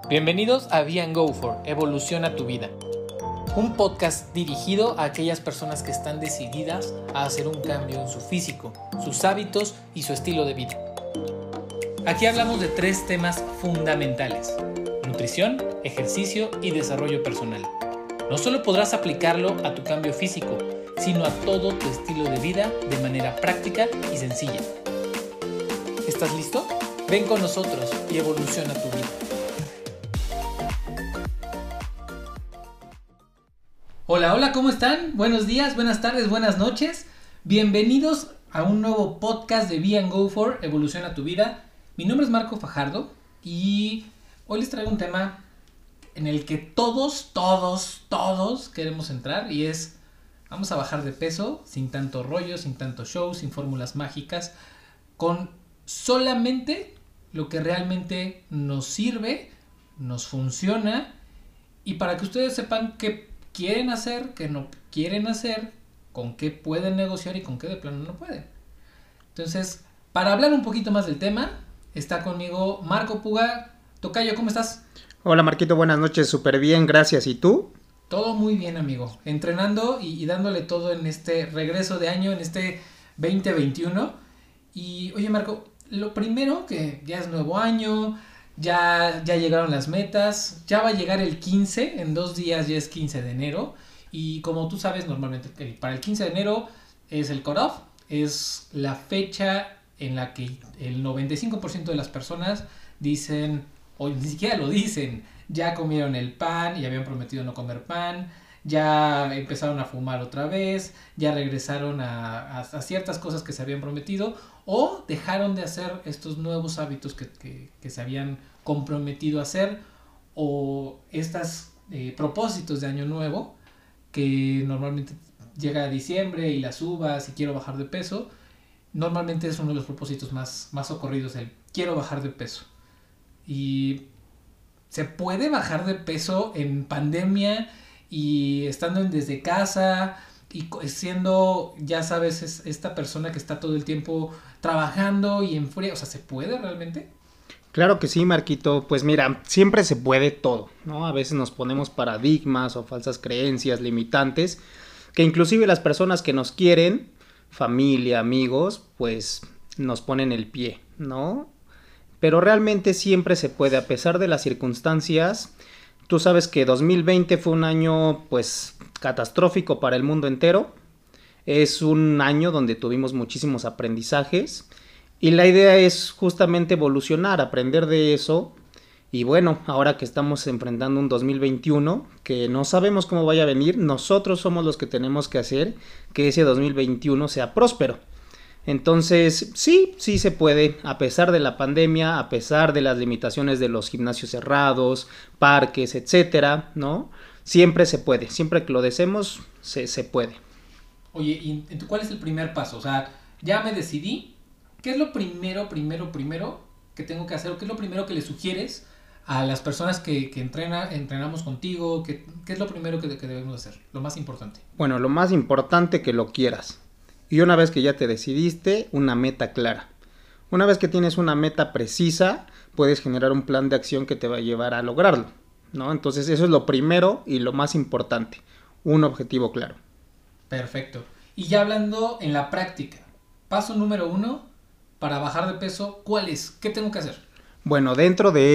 Bienvenidos a Be & Go For, Evoluciona tu vida. Un podcast dirigido a aquellas personas que están decididas a hacer un cambio en su físico, sus hábitos y su estilo de vida. Aquí hablamos de 3 temas fundamentales: nutrición, ejercicio y desarrollo personal. No solo podrás aplicarlo a tu cambio físico, sino a todo tu estilo de vida de manera práctica y sencilla. ¿Estás listo? Ven con nosotros y evoluciona tu vida. Hola, ¿cómo están? Buenos días, buenas tardes, buenas noches. Bienvenidos a un nuevo podcast de Be & Go For, Evoluciona tu vida. Mi nombre es Marco Fajardo y hoy les traigo un tema en el que todos queremos entrar, y es: vamos a bajar de peso sin tanto rollo, sin tanto show, sin fórmulas mágicas, con solamente lo que realmente nos sirve, nos funciona, y para que ustedes sepan qué quieren hacer, qué no quieren hacer, con qué pueden negociar y con qué de plano no pueden. Entonces, para hablar un poquito más del tema, está conmigo Marco Puga. Tocayo, ¿cómo estás? Hola Marquito, buenas noches, súper bien, gracias. ¿Y tú? Todo muy bien, amigo. Entrenando y dándole todo en este regreso de año, en este 2021. Y oye, Marco, lo primero, que ya es nuevo año, ya llegaron las metas, ya va a llegar el 15, en 2 días ya es 15 de enero. Y como tú sabes, normalmente para el 15 de enero es el cut-off, es la fecha en la que el 95% de las personas dicen, o ni siquiera lo dicen, ya comieron el pan y habían prometido no comer pan, ya empezaron a fumar otra vez, ya regresaron a ciertas cosas que se habían prometido, o dejaron de hacer estos nuevos hábitos que se habían comprometido a hacer, o estos propósitos de año nuevo que normalmente llega a diciembre y las uvas y quiero bajar de peso. Normalmente es uno de los propósitos más ocurridos, el quiero bajar de peso. Y se puede bajar de peso en pandemia y estando desde casa y siendo, ya sabes, esta persona que está todo el tiempo trabajando y en frío. O sea, ¿se puede realmente? Claro que sí, Marquito. Pues mira, siempre se puede todo, ¿no? A veces nos ponemos paradigmas o falsas creencias limitantes que inclusive las personas que nos quieren, familia, amigos, pues nos ponen el pie, ¿no? Pero realmente siempre se puede, a pesar de las circunstancias. Tú sabes que 2020 fue un año pues catastrófico para el mundo entero. Es un año donde tuvimos muchísimos aprendizajes y la idea es justamente evolucionar, aprender de eso. Y bueno, ahora que estamos enfrentando un 2021 que no sabemos cómo vaya a venir, nosotros somos los que tenemos que hacer que ese 2021 sea próspero. Entonces, sí se puede, a pesar de la pandemia, a pesar de las limitaciones de los gimnasios cerrados, parques, etcétera, ¿no? Siempre se puede, siempre que lo deseemos, se puede. Oye, ¿y cuál es el primer paso? O sea, ya me decidí. ¿Qué es lo primero que tengo que hacer? ¿O qué es lo primero que le sugieres a las personas que entrenamos contigo? ¿Qué es lo primero que debemos hacer? Lo más importante. Bueno, lo más importante, que lo quieras. Y una vez que ya te decidiste, una meta clara. Una vez que tienes una meta precisa, puedes generar un plan de acción que te va a llevar a lograrlo, ¿no? Entonces eso es lo primero y lo más importante, un objetivo claro. Perfecto. Y ya hablando en la práctica, paso número 1 para bajar de peso, ¿cuál es? ¿Qué tengo que hacer? Bueno, dentro de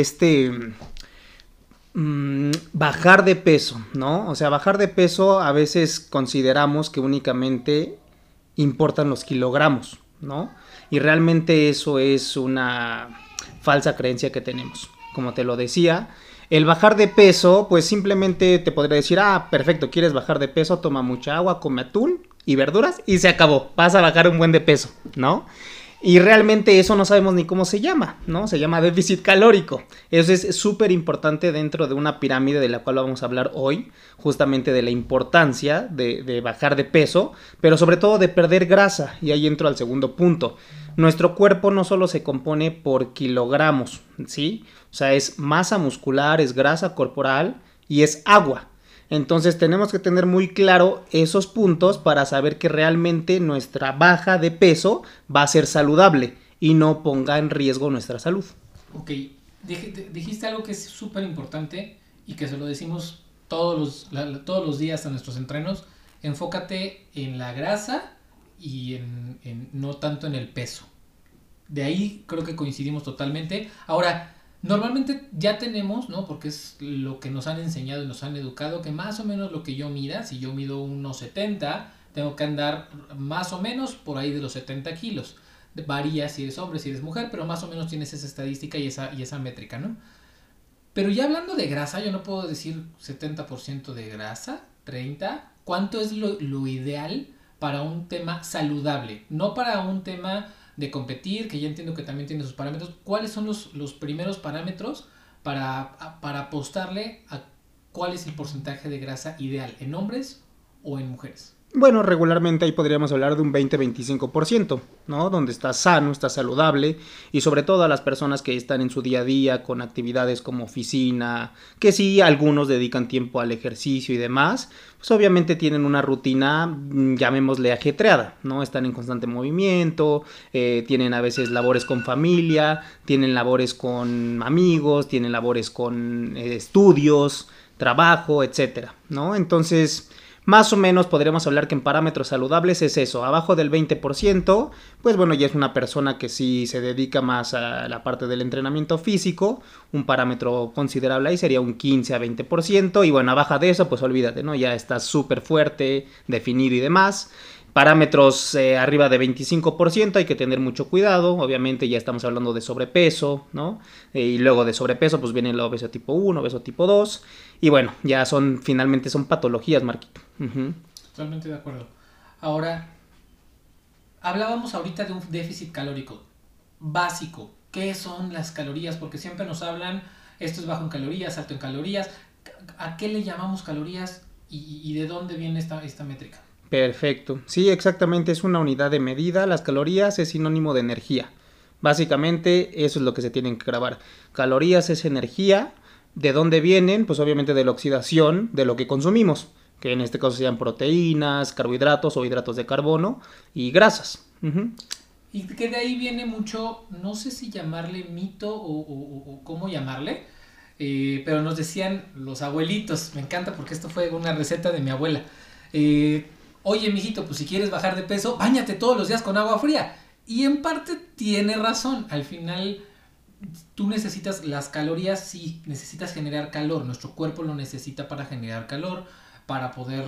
bajar de peso, ¿no? O sea, bajar de peso a veces consideramos que únicamente importan los kilogramos, ¿no? Y realmente eso es una falsa creencia que tenemos. Como te lo decía, el bajar de peso, pues simplemente te podría decir, perfecto, quieres bajar de peso, toma mucha agua, come atún y verduras y se acabó, vas a bajar un buen de peso, ¿no? Y realmente eso no sabemos ni cómo se llama, ¿no? Se llama déficit calórico. Eso es súper importante dentro de una pirámide de la cual vamos a hablar hoy, justamente de la importancia de bajar de peso, pero sobre todo de perder grasa. Y ahí entro al segundo punto. Nuestro cuerpo no solo se compone por kilogramos, ¿sí? O sea, es masa muscular, es grasa corporal y es agua. Entonces tenemos que tener muy claro esos puntos para saber que realmente nuestra baja de peso va a ser saludable y no ponga en riesgo nuestra salud. Ok, Dijiste algo que es súper importante y que se lo decimos todos los días a nuestros entrenos. Enfócate en la grasa y no tanto en el peso. De ahí creo que coincidimos totalmente. Ahora, normalmente ya tenemos, ¿no? Porque es lo que nos han enseñado y nos han educado, que más o menos lo que yo mida, si yo mido unos 70, tengo que andar más o menos por ahí de los 70 kilos. Varía si eres hombre, si eres mujer, pero más o menos tienes esa estadística y esa métrica, ¿no? Pero ya hablando de grasa, yo no puedo decir 70% de grasa, 30%. ¿Cuánto es lo ideal para un tema saludable? No para un tema de competir, que ya entiendo que también tiene sus parámetros. ¿Cuáles son los primeros parámetros para apostarle a cuál es el porcentaje de grasa ideal en hombres o en mujeres? Bueno, regularmente ahí podríamos hablar de un 20-25%, ¿no? Donde está sano, está saludable y sobre todo a las personas que están en su día a día con actividades como oficina, que sí, algunos dedican tiempo al ejercicio y demás, pues obviamente tienen una rutina, llamémosle ajetreada, ¿no? Están en constante movimiento, tienen a veces labores con familia, tienen labores con amigos, tienen labores con estudios, trabajo, etcétera, ¿no? Entonces, más o menos podríamos hablar que en parámetros saludables es eso, abajo del 20%, pues bueno, ya es una persona que sí se dedica más a la parte del entrenamiento físico, un parámetro considerable ahí sería un 15-20%, y bueno, abajo de eso, pues olvídate, ¿no? Ya está súper fuerte, definido y demás. Parámetros arriba de 25% hay que tener mucho cuidado, obviamente ya estamos hablando de sobrepeso, ¿no? Y luego de sobrepeso pues viene la obesidad tipo 1, obeso tipo 2, y bueno, ya finalmente son patologías, Marquito. Totalmente de acuerdo. Ahora, hablábamos ahorita de un déficit calórico básico. ¿Qué son las calorías? Porque siempre nos hablan, esto es bajo en calorías, alto en calorías. ¿A qué le llamamos calorías y de dónde viene esta métrica? Perfecto. Sí, exactamente, es una unidad de medida. Las calorías es sinónimo de energía. Básicamente eso es lo que se tienen que grabar. Calorías es energía. ¿De dónde vienen? Pues obviamente de la oxidación de lo que consumimos, que en este caso sean proteínas, carbohidratos o hidratos de carbono y grasas. Y que de ahí viene mucho, no sé si llamarle mito o cómo llamarle, pero nos decían los abuelitos, me encanta porque esto fue una receta de mi abuela. Oye, mijito, pues si quieres bajar de peso, báñate todos los días con agua fría. Y en parte tiene razón. Al final, tú necesitas las calorías, sí, necesitas generar calor. Nuestro cuerpo lo necesita para generar calor, para poder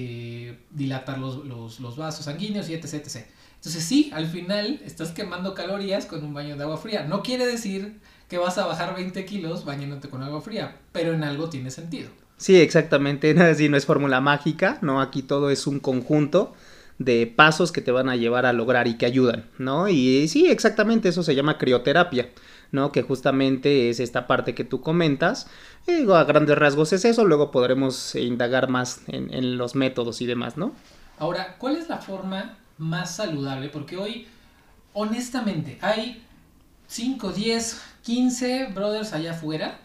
dilatar los vasos sanguíneos y etc, etc. Entonces sí, al final estás quemando calorías con un baño de agua fría. No quiere decir que vas a bajar 20 kilos bañándote con agua fría, pero en algo tiene sentido. Sí, exactamente, no, así no es fórmula mágica, ¿no? Aquí todo es un conjunto de pasos que te van a llevar a lograr y que ayudan, ¿no? Y sí, exactamente, eso se llama crioterapia, ¿no? Que justamente es esta parte que tú comentas, a grandes rasgos es eso, luego podremos indagar más en los métodos y demás, ¿no? Ahora, ¿cuál es la forma más saludable? Porque hoy, honestamente, hay 5, 10, 15 brothers allá afuera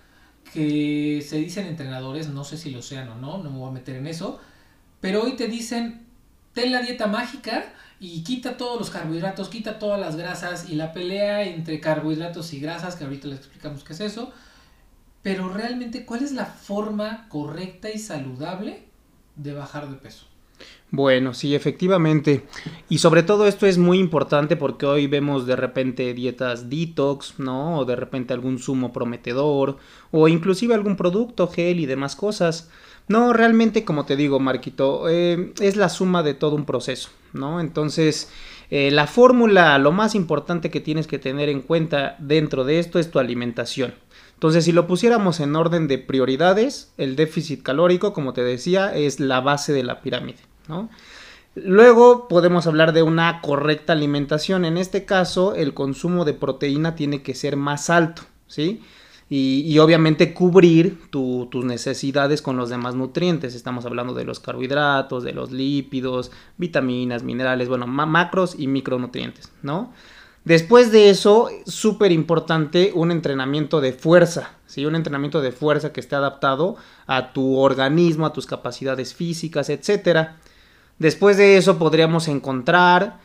que se dicen entrenadores, no sé si lo sean o no, no me voy a meter en eso, pero hoy te dicen, ten la dieta mágica y quita todos los carbohidratos, quita todas las grasas y la pelea entre carbohidratos y grasas, que ahorita les explicamos qué es eso, pero realmente, ¿cuál es la forma correcta y saludable de bajar de peso? Bueno, sí, efectivamente. Y sobre todo esto es muy importante porque hoy vemos de repente dietas detox, ¿no? O de repente algún zumo prometedor o inclusive algún producto, gel y demás cosas. No, realmente, como te digo, Marquito, es la suma de todo un proceso, ¿no? Entonces, la fórmula, lo más importante que tienes que tener en cuenta dentro de esto es tu alimentación. Entonces, si lo pusiéramos en orden de prioridades, el déficit calórico, como te decía, es la base de la pirámide, ¿no? Luego podemos hablar de una correcta alimentación. En este caso, el consumo de proteína tiene que ser más alto, ¿sí? Y obviamente cubrir tus necesidades con los demás nutrientes. Estamos hablando de los carbohidratos, de los lípidos, vitaminas, minerales, bueno, macros y micronutrientes, ¿no? Después de eso, súper importante, un entrenamiento de fuerza, ¿sí? Un entrenamiento de fuerza que esté adaptado a tu organismo, a tus capacidades físicas, etcétera. Después de eso podríamos encontrar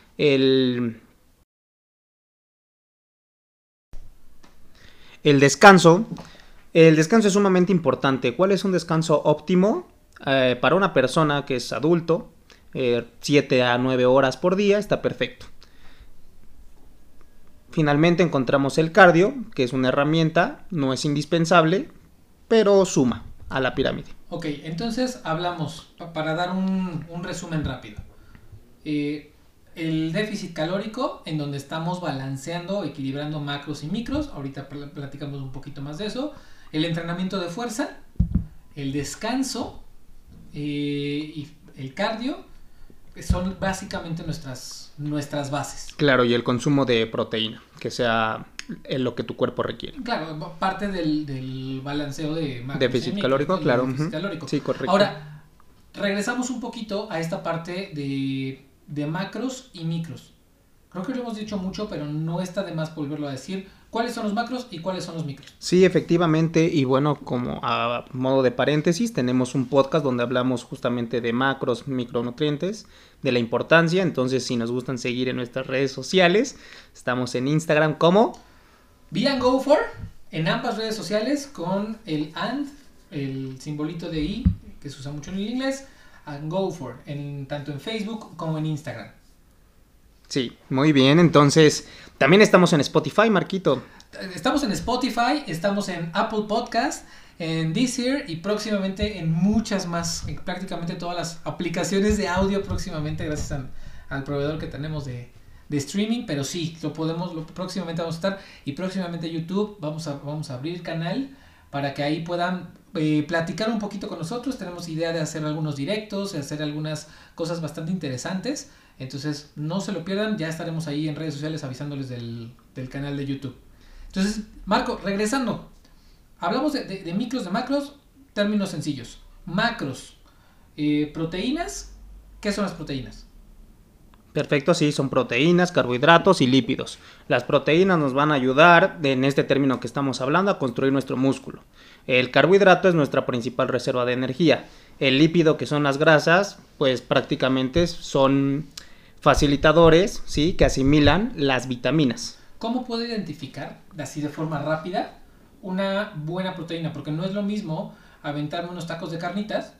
El descanso. El descanso es sumamente importante. ¿Cuál es un descanso óptimo? Para una persona que es adulto, 7 a 9 horas por día está perfecto. Finalmente encontramos el cardio, que es una herramienta, no es indispensable, pero suma a la pirámide. Ok, entonces hablamos, para dar un resumen rápido. El déficit calórico, en donde estamos balanceando, equilibrando macros y micros, ahorita platicamos un poquito más de eso. El entrenamiento de fuerza, el descanso y el cardio, son básicamente nuestras bases. Claro, y el consumo de proteína, que sea lo que tu cuerpo requiere. Claro, parte del balanceo de macros. Déficit calórico, claro. Déficit calórico. Sí, correcto. Ahora, regresamos un poquito a esta parte de macros y micros. Creo que lo hemos dicho mucho, pero no está de más volverlo a decir. ¿Cuáles son los macros y cuáles son los micros? Sí, efectivamente, y bueno, como a modo de paréntesis, tenemos un podcast donde hablamos justamente de macros, micronutrientes, de la importancia. Entonces, si nos gustan seguir en nuestras redes sociales, estamos en Instagram como Be and Go For, en ambas redes sociales, con el and, el simbolito de i, que se usa mucho en el inglés, and Go For, tanto en Facebook como en Instagram. Sí, muy bien. Entonces, también estamos en Spotify, Marquito. Estamos en Spotify, estamos en Apple Podcast, en Deezer y próximamente en muchas más, en prácticamente todas las aplicaciones de audio próximamente, gracias al proveedor que tenemos de streaming, pero sí, próximamente vamos a estar, y próximamente YouTube vamos a abrir canal para que ahí puedan platicar un poquito con nosotros. Tenemos idea de hacer algunos directos, de hacer algunas cosas bastante interesantes. Entonces no se lo pierdan, ya estaremos ahí en redes sociales avisándoles del canal de YouTube. Entonces, Marco, regresando, hablamos de micros, de macros, términos sencillos. Macros, proteínas. ¿Qué son las proteínas? Perfecto, sí, son proteínas, carbohidratos y lípidos. Las proteínas nos van a ayudar, en este término que estamos hablando, a construir nuestro músculo. El carbohidrato es nuestra principal reserva de energía. El lípido, que son las grasas, pues prácticamente son facilitadores, ¿sí?, que asimilan las vitaminas. ¿Cómo puedo identificar, así de forma rápida, una buena proteína? Porque no es lo mismo aventarme unos tacos de carnitas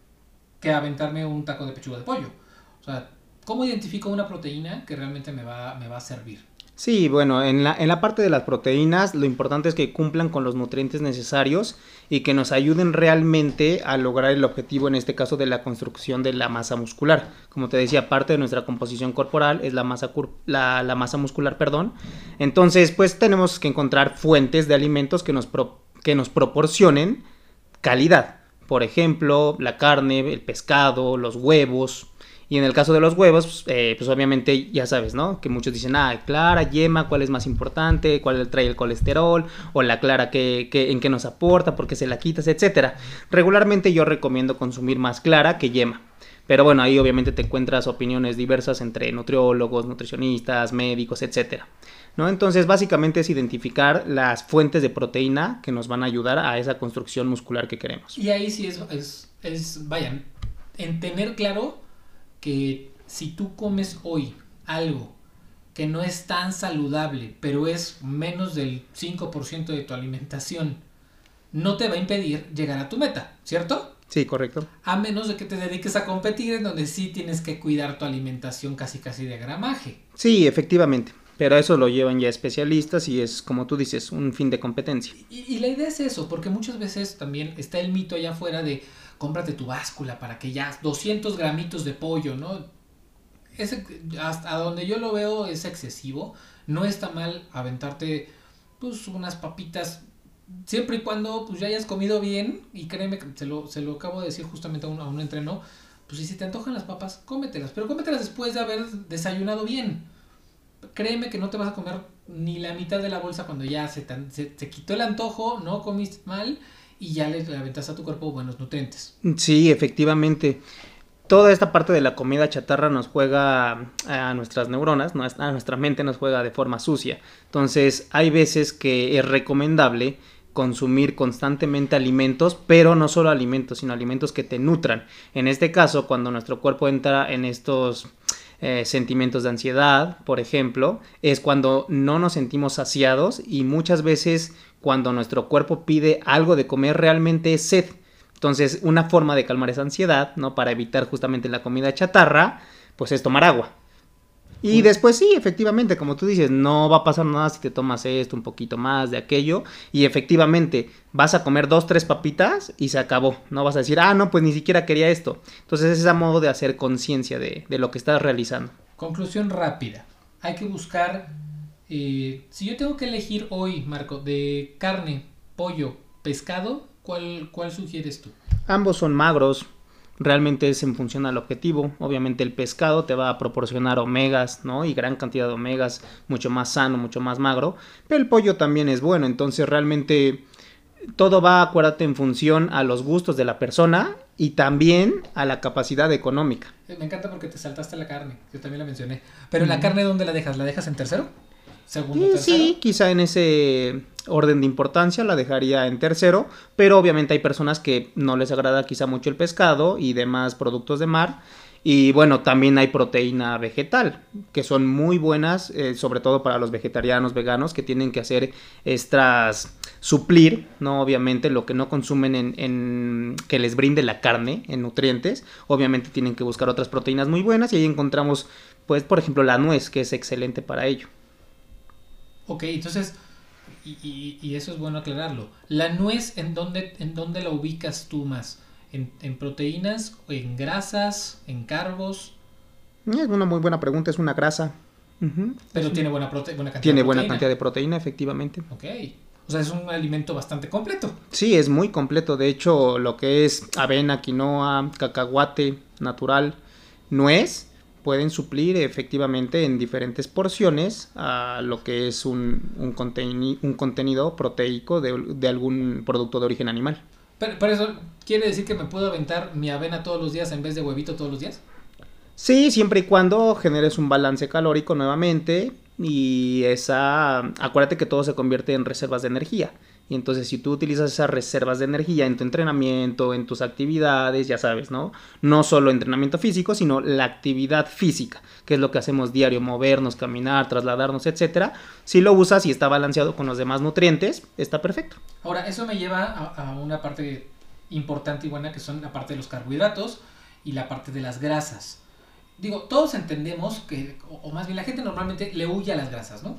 que aventarme un taco de pechuga de pollo. O sea, ¿cómo identifico una proteína que realmente me va a servir? Sí, bueno, en la parte de las proteínas lo importante es que cumplan con los nutrientes necesarios y que nos ayuden realmente a lograr el objetivo, en este caso de la construcción de la masa muscular. Como te decía, parte de nuestra composición corporal es la masa muscular, perdón. Entonces, pues tenemos que encontrar fuentes de alimentos que nos proporcionen calidad. Por ejemplo, la carne, el pescado, los huevos. Y en el caso de los huevos, pues obviamente ya sabes, ¿no? Que muchos dicen, clara, yema, ¿cuál es más importante? ¿Cuál trae el colesterol? O la clara, en qué nos aporta? ¿Por qué se la quitas? Etcétera. Regularmente yo recomiendo consumir más clara que yema. Pero bueno, ahí obviamente te encuentras opiniones diversas entre nutriólogos, nutricionistas, médicos, etcétera, ¿no? Entonces, básicamente es identificar las fuentes de proteína que nos van a ayudar a esa construcción muscular que queremos. Y ahí sí vayan, en tener claro que si tú comes hoy algo que no es tan saludable, pero es menos del 5% de tu alimentación, no te va a impedir llegar a tu meta, ¿cierto? Sí, correcto. A menos de que te dediques a competir, en donde sí tienes que cuidar tu alimentación casi de gramaje. Sí, efectivamente. Pero eso lo llevan ya especialistas y es, como tú dices, un fin de competencia. Y la idea es eso, porque muchas veces también está el mito allá afuera de cómprate tu báscula para que ya 200 gramitos de pollo, ¿no? Hasta donde yo lo veo es excesivo. No está mal aventarte pues unas papitas siempre y cuando pues ya hayas comido bien, y créeme que se lo acabo de decir justamente a un entreno, pues si se te antojan las papas, cómetelas, pero cómetelas después de haber desayunado bien. Créeme que no te vas a comer ni la mitad de la bolsa cuando ya se quitó el antojo, no comiste mal y ya le aventaste a tu cuerpo buenos nutrientes. Sí, efectivamente. Toda esta parte de la comida chatarra nos juega a nuestras neuronas, a nuestra mente nos juega de forma sucia. Entonces hay veces que es recomendable consumir constantemente alimentos, pero no solo alimentos, sino alimentos que te nutran. En este caso, cuando nuestro cuerpo entra en estos sentimientos de ansiedad, por ejemplo, es cuando no nos sentimos saciados y muchas veces cuando nuestro cuerpo pide algo de comer realmente es sed. Entonces, una forma de calmar esa ansiedad, ¿no? Para evitar justamente la comida chatarra, pues es tomar agua. Y después sí, efectivamente, como tú dices, no va a pasar nada si te tomas esto, un poquito más de aquello. Y efectivamente, vas a comer 2, 3 papitas y se acabó. No vas a decir, no, pues ni siquiera quería esto. Entonces es a modo de hacer conciencia de lo que estás realizando. Conclusión rápida. Hay que buscar, si yo tengo que elegir hoy, Marco, de carne, pollo, pescado, ¿cuál sugieres tú? Ambos son magros. Realmente es en función al objetivo. Obviamente el pescado te va a proporcionar omegas, ¿no? Y gran cantidad de omegas, mucho más sano, mucho más magro. Pero el pollo también es bueno. Entonces realmente todo va, acuérdate, en función a los gustos de la persona y también a la capacidad económica. Me encanta porque te saltaste la carne. Yo también la mencioné. Pero la carne, ¿dónde la dejas? ¿La dejas en tercero? ¿Segundo, tercero? Sí, quizá en ese orden de importancia la dejaría en tercero, pero obviamente hay personas que no les agrada quizá mucho el pescado y demás productos de mar. Y bueno, también hay proteína vegetal, que son muy buenas, sobre todo para los vegetarianos, veganos, que tienen que hacer suplir, ¿no? Obviamente lo que no consumen en que les brinde la carne en nutrientes. Obviamente tienen que buscar otras proteínas muy buenas y ahí encontramos, pues, por ejemplo, la nuez, que es excelente para ello. Ok, entonces, y eso es bueno aclararlo. ¿La nuez en dónde la ubicas tú más? ¿En proteínas, en grasas, en carbos? Es una muy buena pregunta, es una grasa. Pero tiene buena cantidad de proteína. Tiene buena cantidad de proteína, efectivamente. Ok, o sea, es un alimento bastante completo. Sí, es muy completo. De hecho, lo que es avena, quinoa, cacahuate natural, nuez, pueden suplir efectivamente en diferentes porciones a lo que es un contenido proteico de algún producto de origen animal. Pero eso quiere decir que me puedo aventar mi avena todos los días en vez de huevito todos los días. Sí, siempre y cuando generes un balance calórico nuevamente y acuérdate que todo se convierte en reservas de energía. Y entonces si tú utilizas esas reservas de energía en tu entrenamiento, en tus actividades, ya sabes, ¿no? No solo entrenamiento físico, sino la actividad física, que es lo que hacemos diario, movernos, caminar, trasladarnos, etcétera. Si lo usas y está balanceado con los demás nutrientes, está perfecto. Ahora, eso me lleva a una parte importante y buena, que son la parte de los carbohidratos y la parte de las grasas. Digo, todos entendemos que, o más bien la gente normalmente le huye a las grasas, ¿no?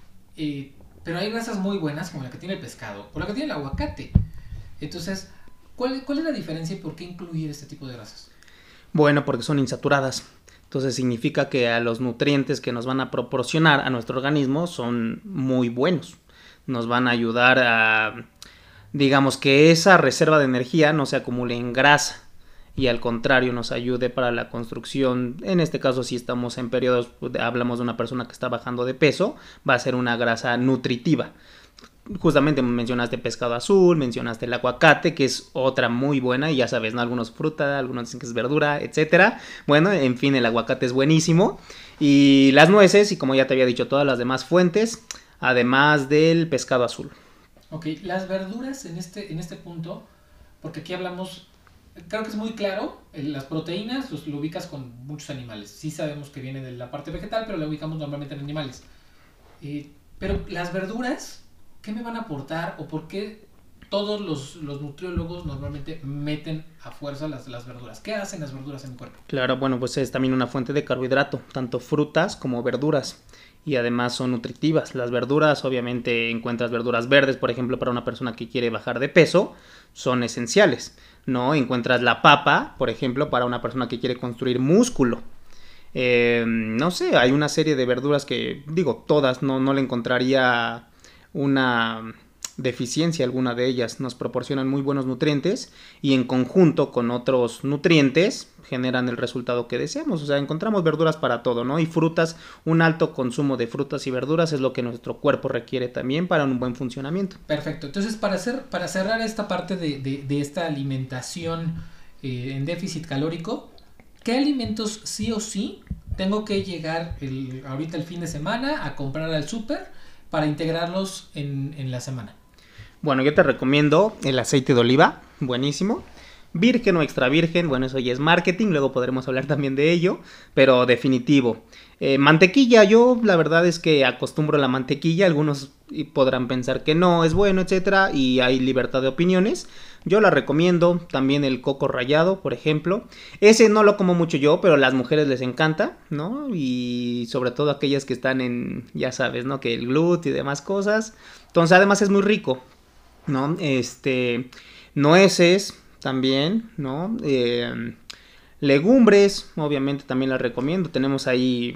Pero hay grasas muy buenas, como la que tiene el pescado o la que tiene el aguacate. Entonces, ¿cuál es la diferencia y por qué incluir este tipo de grasas? Bueno, porque son insaturadas. Entonces significa que a los nutrientes que nos van a proporcionar a nuestro organismo son muy buenos. Nos van a ayudar a, digamos, que esa reserva de energía no se acumule en grasa y al contrario nos ayude para la construcción. En este caso, si estamos en periodos, hablamos de una persona que está bajando de peso, va a ser una grasa nutritiva. Justamente mencionaste pescado azul, mencionaste el aguacate, que es otra muy buena, y ya sabes, ¿no? Algunos fruta, algunos dicen que es verdura, etcétera. Bueno, en fin, el aguacate es buenísimo. Y las nueces, y como ya te había dicho, todas las demás fuentes, además del pescado azul. Ok, las verduras en este punto, porque aquí hablamos, creo que es muy claro, las proteínas lo ubicas con muchos animales. Sí sabemos que viene de la parte vegetal, pero la ubicamos normalmente en animales. Pero las verduras, ¿qué me van a aportar o por qué todos los nutriólogos normalmente meten a fuerza las verduras? ¿Qué hacen las verduras en el cuerpo? Claro, bueno, pues es también una fuente de carbohidrato, tanto frutas como verduras. Y además son nutritivas. Las verduras, obviamente encuentras verduras verdes, por ejemplo, para una persona que quiere bajar de peso, son esenciales, ¿no? Encuentras la papa, por ejemplo, para una persona que quiere construir músculo. No sé, hay una serie de verduras que, digo, todas, no le encontraría una deficiencia alguna de ellas. Nos proporcionan muy buenos nutrientes y en conjunto con otros nutrientes generan el resultado que deseamos. O sea, encontramos verduras para todo, ¿no? Y frutas, un alto consumo de frutas y verduras es lo que nuestro cuerpo requiere también para un buen funcionamiento. Perfecto. Entonces, para cerrar esta parte de esta alimentación en déficit calórico, ¿qué alimentos sí o sí tengo que llegar ahorita el fin de semana a comprar al súper para integrarlos en la semana? Bueno, yo te recomiendo el aceite de oliva, buenísimo. virgen o extra virgen, bueno, eso ya es marketing, luego podremos hablar también de ello, pero definitivo. Mantequilla, yo la verdad es que acostumbro la mantequilla, algunos podrán pensar que no es bueno, etcétera, y hay libertad de opiniones. Yo la recomiendo, también el coco rallado, por ejemplo. Ese no lo como mucho yo, pero a las mujeres les encanta, ¿no? Y sobre todo aquellas que están en, ya sabes, ¿no? Que el gluten y demás cosas. Entonces, además es muy rico, ¿no? Nueces también, ¿no? Legumbres, obviamente también las recomiendo. Tenemos ahí,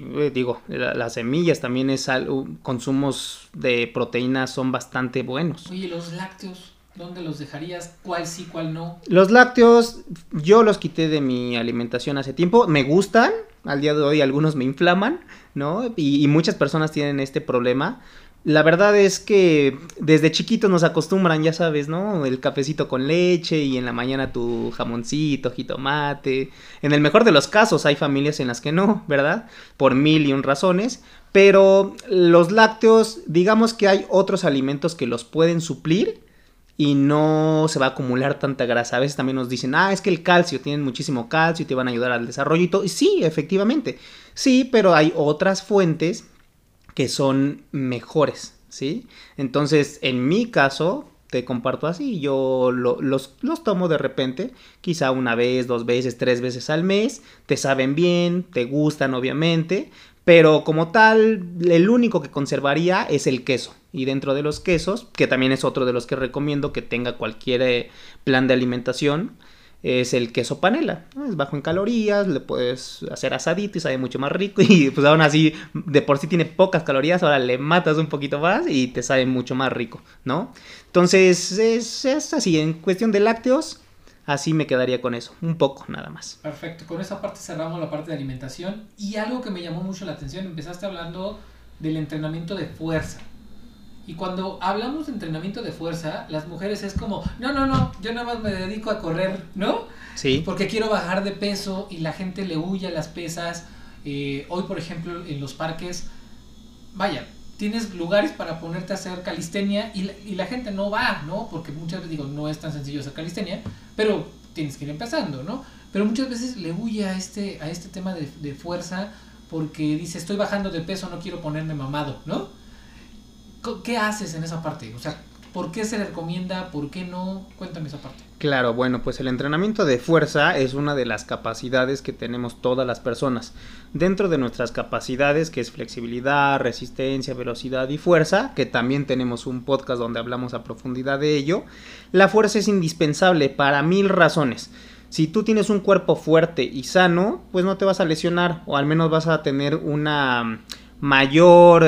las semillas también es algo, consumos de proteínas son bastante buenos. Oye, los lácteos, ¿dónde los dejarías? ¿Cuál sí, cuál no? Los lácteos, yo los quité de mi alimentación hace tiempo. Me gustan, al día de hoy algunos me inflaman, ¿no? Y muchas personas tienen este problema. La verdad es que desde chiquitos nos acostumbran, ya sabes, ¿no? El cafecito con leche y en la mañana tu jamoncito, jitomate. En el mejor de los casos hay familias en las que no, ¿verdad? Por 1000 razones. Pero los lácteos, digamos que hay otros alimentos que los pueden suplir y no se va a acumular tanta grasa. A veces también nos dicen, es que el calcio, tienen muchísimo calcio y te van a ayudar al desarrollo y todo. Y sí, efectivamente, sí, pero hay otras fuentes que son mejores, ¿sí? Entonces, en mi caso, te comparto así, yo los tomo de repente, quizá una vez, 2 veces, 3 veces al mes, te saben bien, te gustan obviamente, pero como tal, el único que conservaría es el queso. Y dentro de los quesos, que también es otro de los que recomiendo que tenga cualquier plan de alimentación, es el queso panela, ¿no? Es bajo en calorías, le puedes hacer asadito y sabe mucho más rico y pues aún así de por sí tiene pocas calorías, ahora le matas un poquito más y te sabe mucho más rico, ¿no? Entonces es así, en cuestión de lácteos, así me quedaría con eso, un poco nada más. Perfecto, con esa parte cerramos la parte de alimentación y algo que me llamó mucho la atención, empezaste hablando del entrenamiento de fuerza. Y cuando hablamos de entrenamiento de fuerza, las mujeres es como, no, yo nada más me dedico a correr, ¿no? Sí. Porque quiero bajar de peso y la gente le huye a las pesas. Hoy, por ejemplo, en los parques, vaya, tienes lugares para ponerte a hacer calistenia y la gente no va, ¿no? Porque muchas veces no es tan sencillo hacer calistenia, pero tienes que ir empezando, ¿no? Pero muchas veces le huye a este tema de fuerza porque dice, estoy bajando de peso, no quiero ponerme mamado, ¿no? ¿Qué haces en esa parte? O sea, ¿por qué se le recomienda? ¿Por qué no? Cuéntame esa parte. Claro, bueno, pues el entrenamiento de fuerza es una de las capacidades que tenemos todas las personas. Dentro de nuestras capacidades, que es flexibilidad, resistencia, velocidad y fuerza, que también tenemos un podcast donde hablamos a profundidad de ello, la fuerza es indispensable para 1000 razones. Si tú tienes un cuerpo fuerte y sano, pues no te vas a lesionar, o al menos vas a tener una mayor...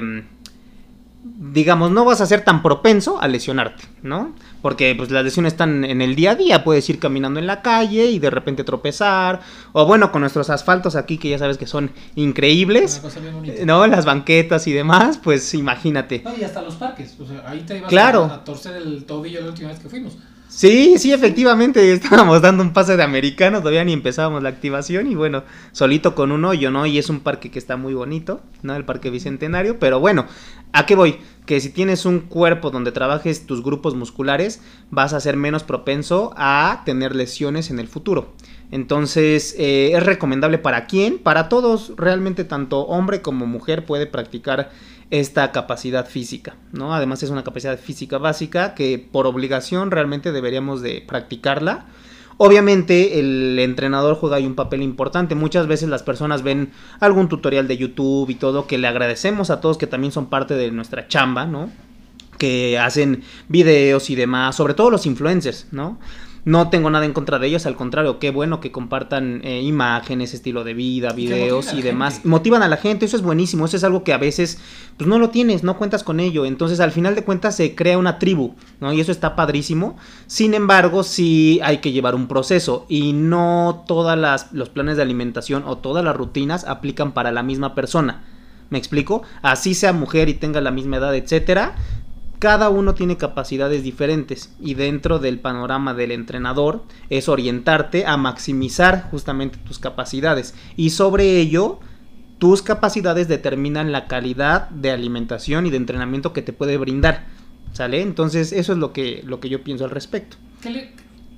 digamos, no vas a ser tan propenso a lesionarte, ¿no? Porque pues las lesiones están en el día a día, puedes ir caminando en la calle y de repente tropezar, o bueno, con nuestros asfaltos aquí que ya sabes que son increíbles, una cosa bien bonita, ¿no? Las banquetas y demás, pues imagínate. No, y hasta los parques, o sea, ahí te ibas claro. a torcer el tobillo la última vez que fuimos. Sí, efectivamente, estábamos dando un pase de americano, todavía ni empezábamos la activación y bueno, solito con un hoyo, ¿no? Y es un parque que está muy bonito, ¿no? El Parque Bicentenario, pero bueno, ¿a qué voy? Que si tienes un cuerpo donde trabajes tus grupos musculares, vas a ser menos propenso a tener lesiones en el futuro. Entonces, es recomendable para quién, para todos, realmente tanto hombre como mujer puede practicar esta capacidad física, ¿no? Además es una capacidad física básica que por obligación realmente deberíamos de practicarla. Obviamente el entrenador juega ahí un papel importante. Muchas veces las personas ven algún tutorial de YouTube y todo, que le agradecemos a todos que también son parte de nuestra chamba, ¿no? Que hacen videos y demás, sobre todo los influencers, ¿no? No tengo nada en contra de ellos, al contrario, qué bueno que compartan imágenes, estilo de vida, videos y demás. Motivan a la gente, eso es buenísimo, eso es algo que a veces pues no lo tienes, no cuentas con ello. Entonces al final de cuentas se crea una tribu, ¿no? Y eso está padrísimo. Sin embargo, sí hay que llevar un proceso y no todos los planes de alimentación o todas las rutinas aplican para la misma persona. ¿Me explico? Así sea mujer y tenga la misma edad, etcétera. Cada uno tiene capacidades diferentes y dentro del panorama del entrenador es orientarte a maximizar justamente tus capacidades y sobre ello tus capacidades determinan la calidad de alimentación y de entrenamiento que te puede brindar, ¿sale? Entonces eso es lo que yo pienso al respecto.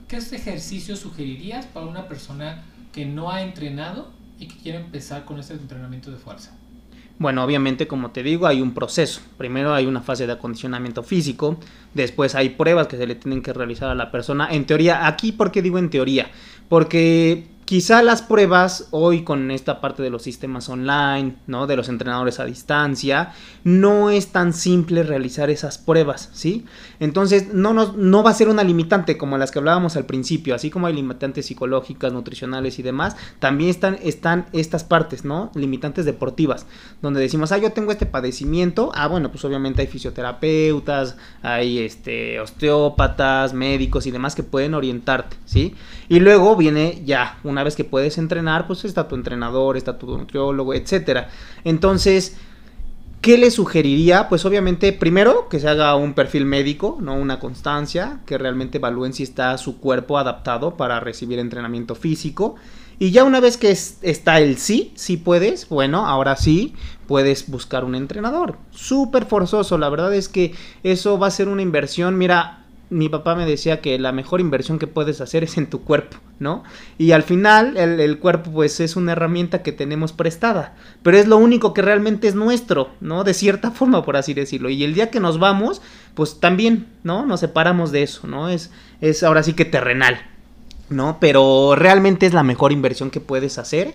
¿qué ejercicio sugerirías para una persona que no ha entrenado y que quiere empezar con este entrenamiento de fuerza? Bueno, obviamente, como te digo, hay un proceso. Primero hay una fase de acondicionamiento físico, después hay pruebas que se le tienen que realizar a la persona. En teoría, aquí, ¿por qué digo en teoría? Porque quizá las pruebas hoy con esta parte de los sistemas online, ¿no? De los entrenadores a distancia, no es tan simple realizar esas pruebas, ¿sí? Entonces no va a ser una limitante como las que hablábamos al principio, así como hay limitantes psicológicas, nutricionales y demás, también están estas partes, ¿no? Limitantes deportivas, donde decimos, yo tengo este padecimiento, bueno, pues obviamente hay fisioterapeutas, hay osteópatas, médicos y demás que pueden orientarte, ¿sí? Y luego viene ya una vez que puedes entrenar, pues está tu entrenador, está tu nutriólogo, etcétera. Entonces, ¿qué le sugeriría? Pues obviamente, primero, que se haga un perfil médico, no una constancia, que realmente evalúen si está su cuerpo adaptado para recibir entrenamiento físico. Y ya una vez que está el sí puedes, bueno, ahora sí puedes buscar un entrenador. Súper forzoso, la verdad es que eso va a ser una inversión, mira. Mi papá me decía que la mejor inversión que puedes hacer es en tu cuerpo, ¿no? Y al final el cuerpo pues es una herramienta que tenemos prestada, pero es lo único que realmente es nuestro, ¿no? De cierta forma, por así decirlo. Y el día que nos vamos, pues también, ¿no? Nos separamos de eso, ¿no? Es ahora sí que terrenal, ¿no? Pero realmente es la mejor inversión que puedes hacer.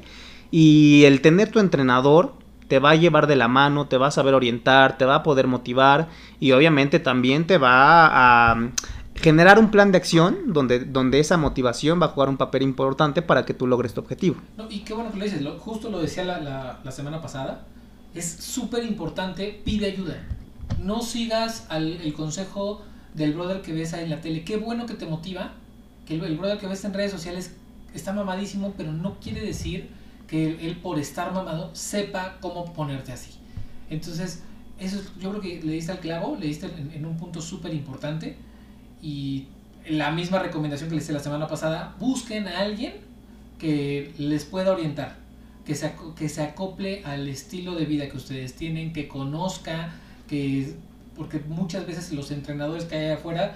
Y el tener tu entrenador te va a llevar de la mano, te va a saber orientar, te va a poder motivar y obviamente también te va a generar un plan de acción donde esa motivación va a jugar un papel importante para que tú logres tu objetivo. No, y qué bueno que lo dices, justo lo decía la semana pasada, es súper importante, pide ayuda. No sigas el consejo del brother que ves ahí en la tele. Qué bueno que te motiva, que el brother que ves en redes sociales está mamadísimo, pero no quiere decir que él por estar mamado sepa cómo ponerte así. Entonces, eso yo creo que le diste al clavo, le diste en un punto súper importante. Y la misma recomendación que les hice la semana pasada, busquen a alguien que les pueda orientar, que se acople al estilo de vida que ustedes tienen, que conozca, porque muchas veces los entrenadores que hay afuera,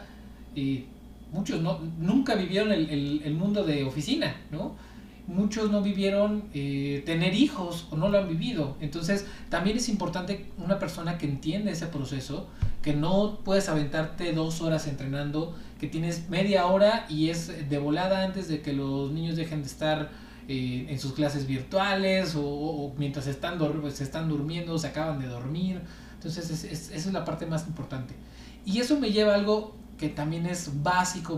muchos nunca vivieron el mundo de oficina, ¿no? Muchos no vivieron tener hijos o no lo han vivido. Entonces también es importante una persona que entiende ese proceso, que no puedes aventarte 2 horas entrenando, que tienes media hora y es de volada antes de que los niños dejen de estar en sus clases virtuales o mientras se están durmiendo, se acaban de dormir. Entonces esa es la parte más importante. Y eso me lleva a algo que también es básico.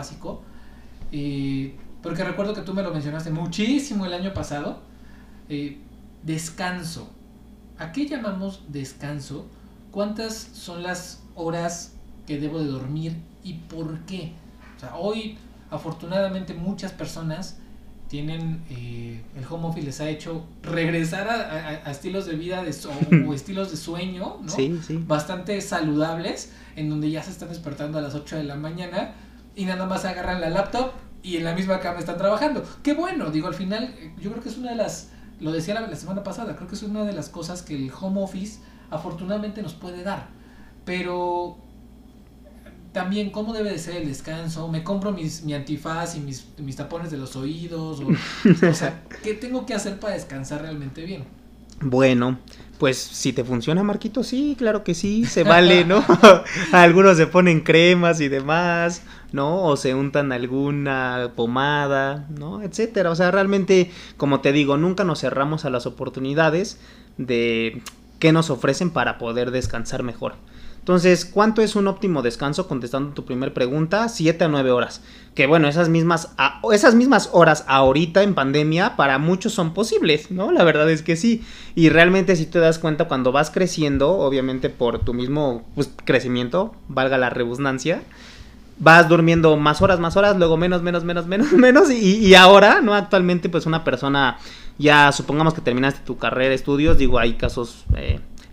Porque recuerdo que tú me lo mencionaste muchísimo el año pasado. Descanso. ¿A qué llamamos descanso? ¿Cuántas son las horas que debo de dormir y por qué? O sea, hoy afortunadamente muchas personas tienen el home office les ha hecho regresar a estilos de vida o estilos de sueño, ¿no? Sí. Bastante saludables, en donde ya se están despertando a las 8 de la mañana y nada más agarran la laptop y en la misma cama están trabajando. Qué bueno, digo, al final yo creo que es una de las, lo decía la semana pasada, creo que es una de las cosas que el home office afortunadamente nos puede dar. Pero también, ¿cómo debe de ser el descanso? ¿Me compro mi antifaz y mis tapones de los oídos? O sea, ¿qué tengo que hacer para descansar realmente bien? Bueno, pues si te funciona, Marquito, sí, claro que sí, se vale, ¿no? Algunos se ponen cremas y demás, ¿no? O se untan alguna pomada, ¿no? Etcétera. O sea, realmente, como te digo, nunca nos cerramos a las oportunidades de qué nos ofrecen para poder descansar mejor. Entonces, ¿cuánto es un óptimo descanso? Contestando tu primer pregunta, 7 a 9 horas. Que bueno, esas mismas horas ahorita en pandemia para muchos son posibles, ¿no? La verdad es que sí. Y realmente si te das cuenta cuando vas creciendo, obviamente por tu mismo crecimiento, valga la redundancia, vas durmiendo más horas, luego menos, y ahora, ¿no? Actualmente pues una persona, ya supongamos que terminaste tu carrera, estudios, digo, hay casos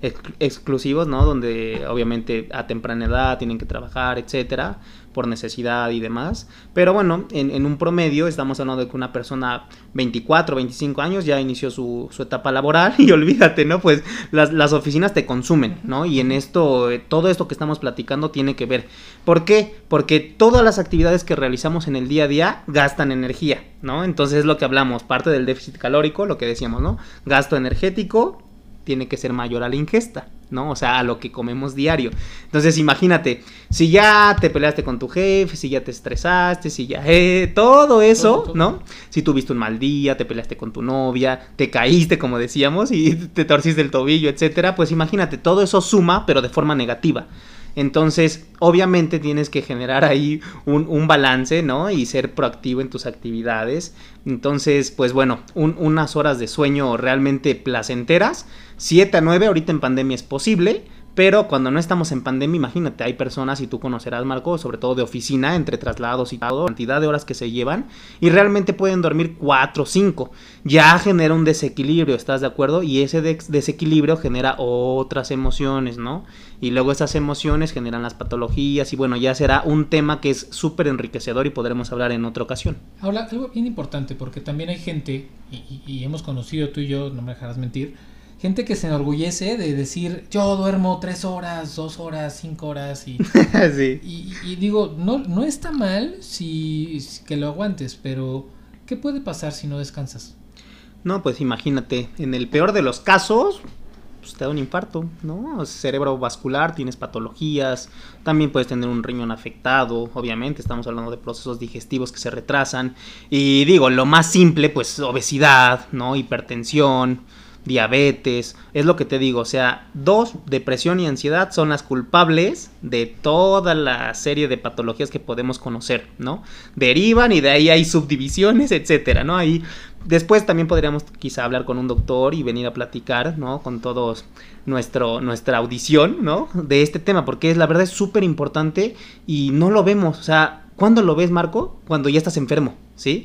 exclusivos, ¿no? Donde obviamente a temprana edad tienen que trabajar, etcétera, por necesidad y demás. Pero bueno, en un promedio estamos hablando de que una persona 24, 25 años ya inició su etapa laboral y olvídate, ¿no? Pues las oficinas te consumen, ¿no? Y en esto, todo esto que estamos platicando tiene que ver. ¿Por qué? Porque todas las actividades que realizamos en el día a día gastan energía, ¿no? Entonces es lo que hablamos, parte del déficit calórico, lo que decíamos, ¿no? Gasto energético tiene que ser mayor a la ingesta, ¿no? O sea, a lo que comemos diario. Entonces, imagínate, si ya te peleaste con tu jefe, si ya te estresaste, si ya... todo eso, ¿no? Si tuviste un mal día, te peleaste con tu novia, te caíste, como decíamos, y te torciste el tobillo, etcétera, pues imagínate, todo eso suma, pero de forma negativa. Entonces, obviamente tienes que generar ahí un balance, ¿no? Y ser proactivo en tus actividades. Entonces, pues bueno, unas horas de sueño realmente placenteras, 7 a 9, ahorita en pandemia es posible, pero cuando no estamos en pandemia, imagínate, hay personas, y tú conocerás, Marco, sobre todo de oficina, entre traslados y todo, cantidad de horas que se llevan, y realmente pueden dormir 4 o 5. Ya genera un desequilibrio, ¿estás de acuerdo? Y ese desequilibrio genera otras emociones, ¿no? Y luego esas emociones generan las patologías, y bueno, ya será un tema que es súper enriquecedor y podremos hablar en otra ocasión. Ahora, algo bien importante, porque también hay gente, y hemos conocido tú y yo, no me dejarás mentir, gente que se enorgullece de decir, yo duermo 3 horas, 2 horas, 5 horas, y, sí. y digo, no está mal si que lo aguantes, pero ¿qué puede pasar si no descansas? No, pues imagínate, en el peor de los casos, pues te da un infarto, ¿no? Cerebrovascular, tienes patologías, también puedes tener un riñón afectado, obviamente, estamos hablando de procesos digestivos que se retrasan, y digo, lo más simple, pues obesidad, ¿no? Hipertensión, diabetes, es lo que te digo, o sea, depresión y ansiedad son las culpables de toda la serie de patologías que podemos conocer, ¿no? Derivan y de ahí hay subdivisiones, etcétera, ¿no? Ahí después también podríamos quizá hablar con un doctor y venir a platicar, ¿no? Con todos nuestra audición, ¿no? De este tema, porque la verdad es súper importante y no lo vemos, o sea, ¿cuándo lo ves, Marco? Cuando ya estás enfermo, ¿sí?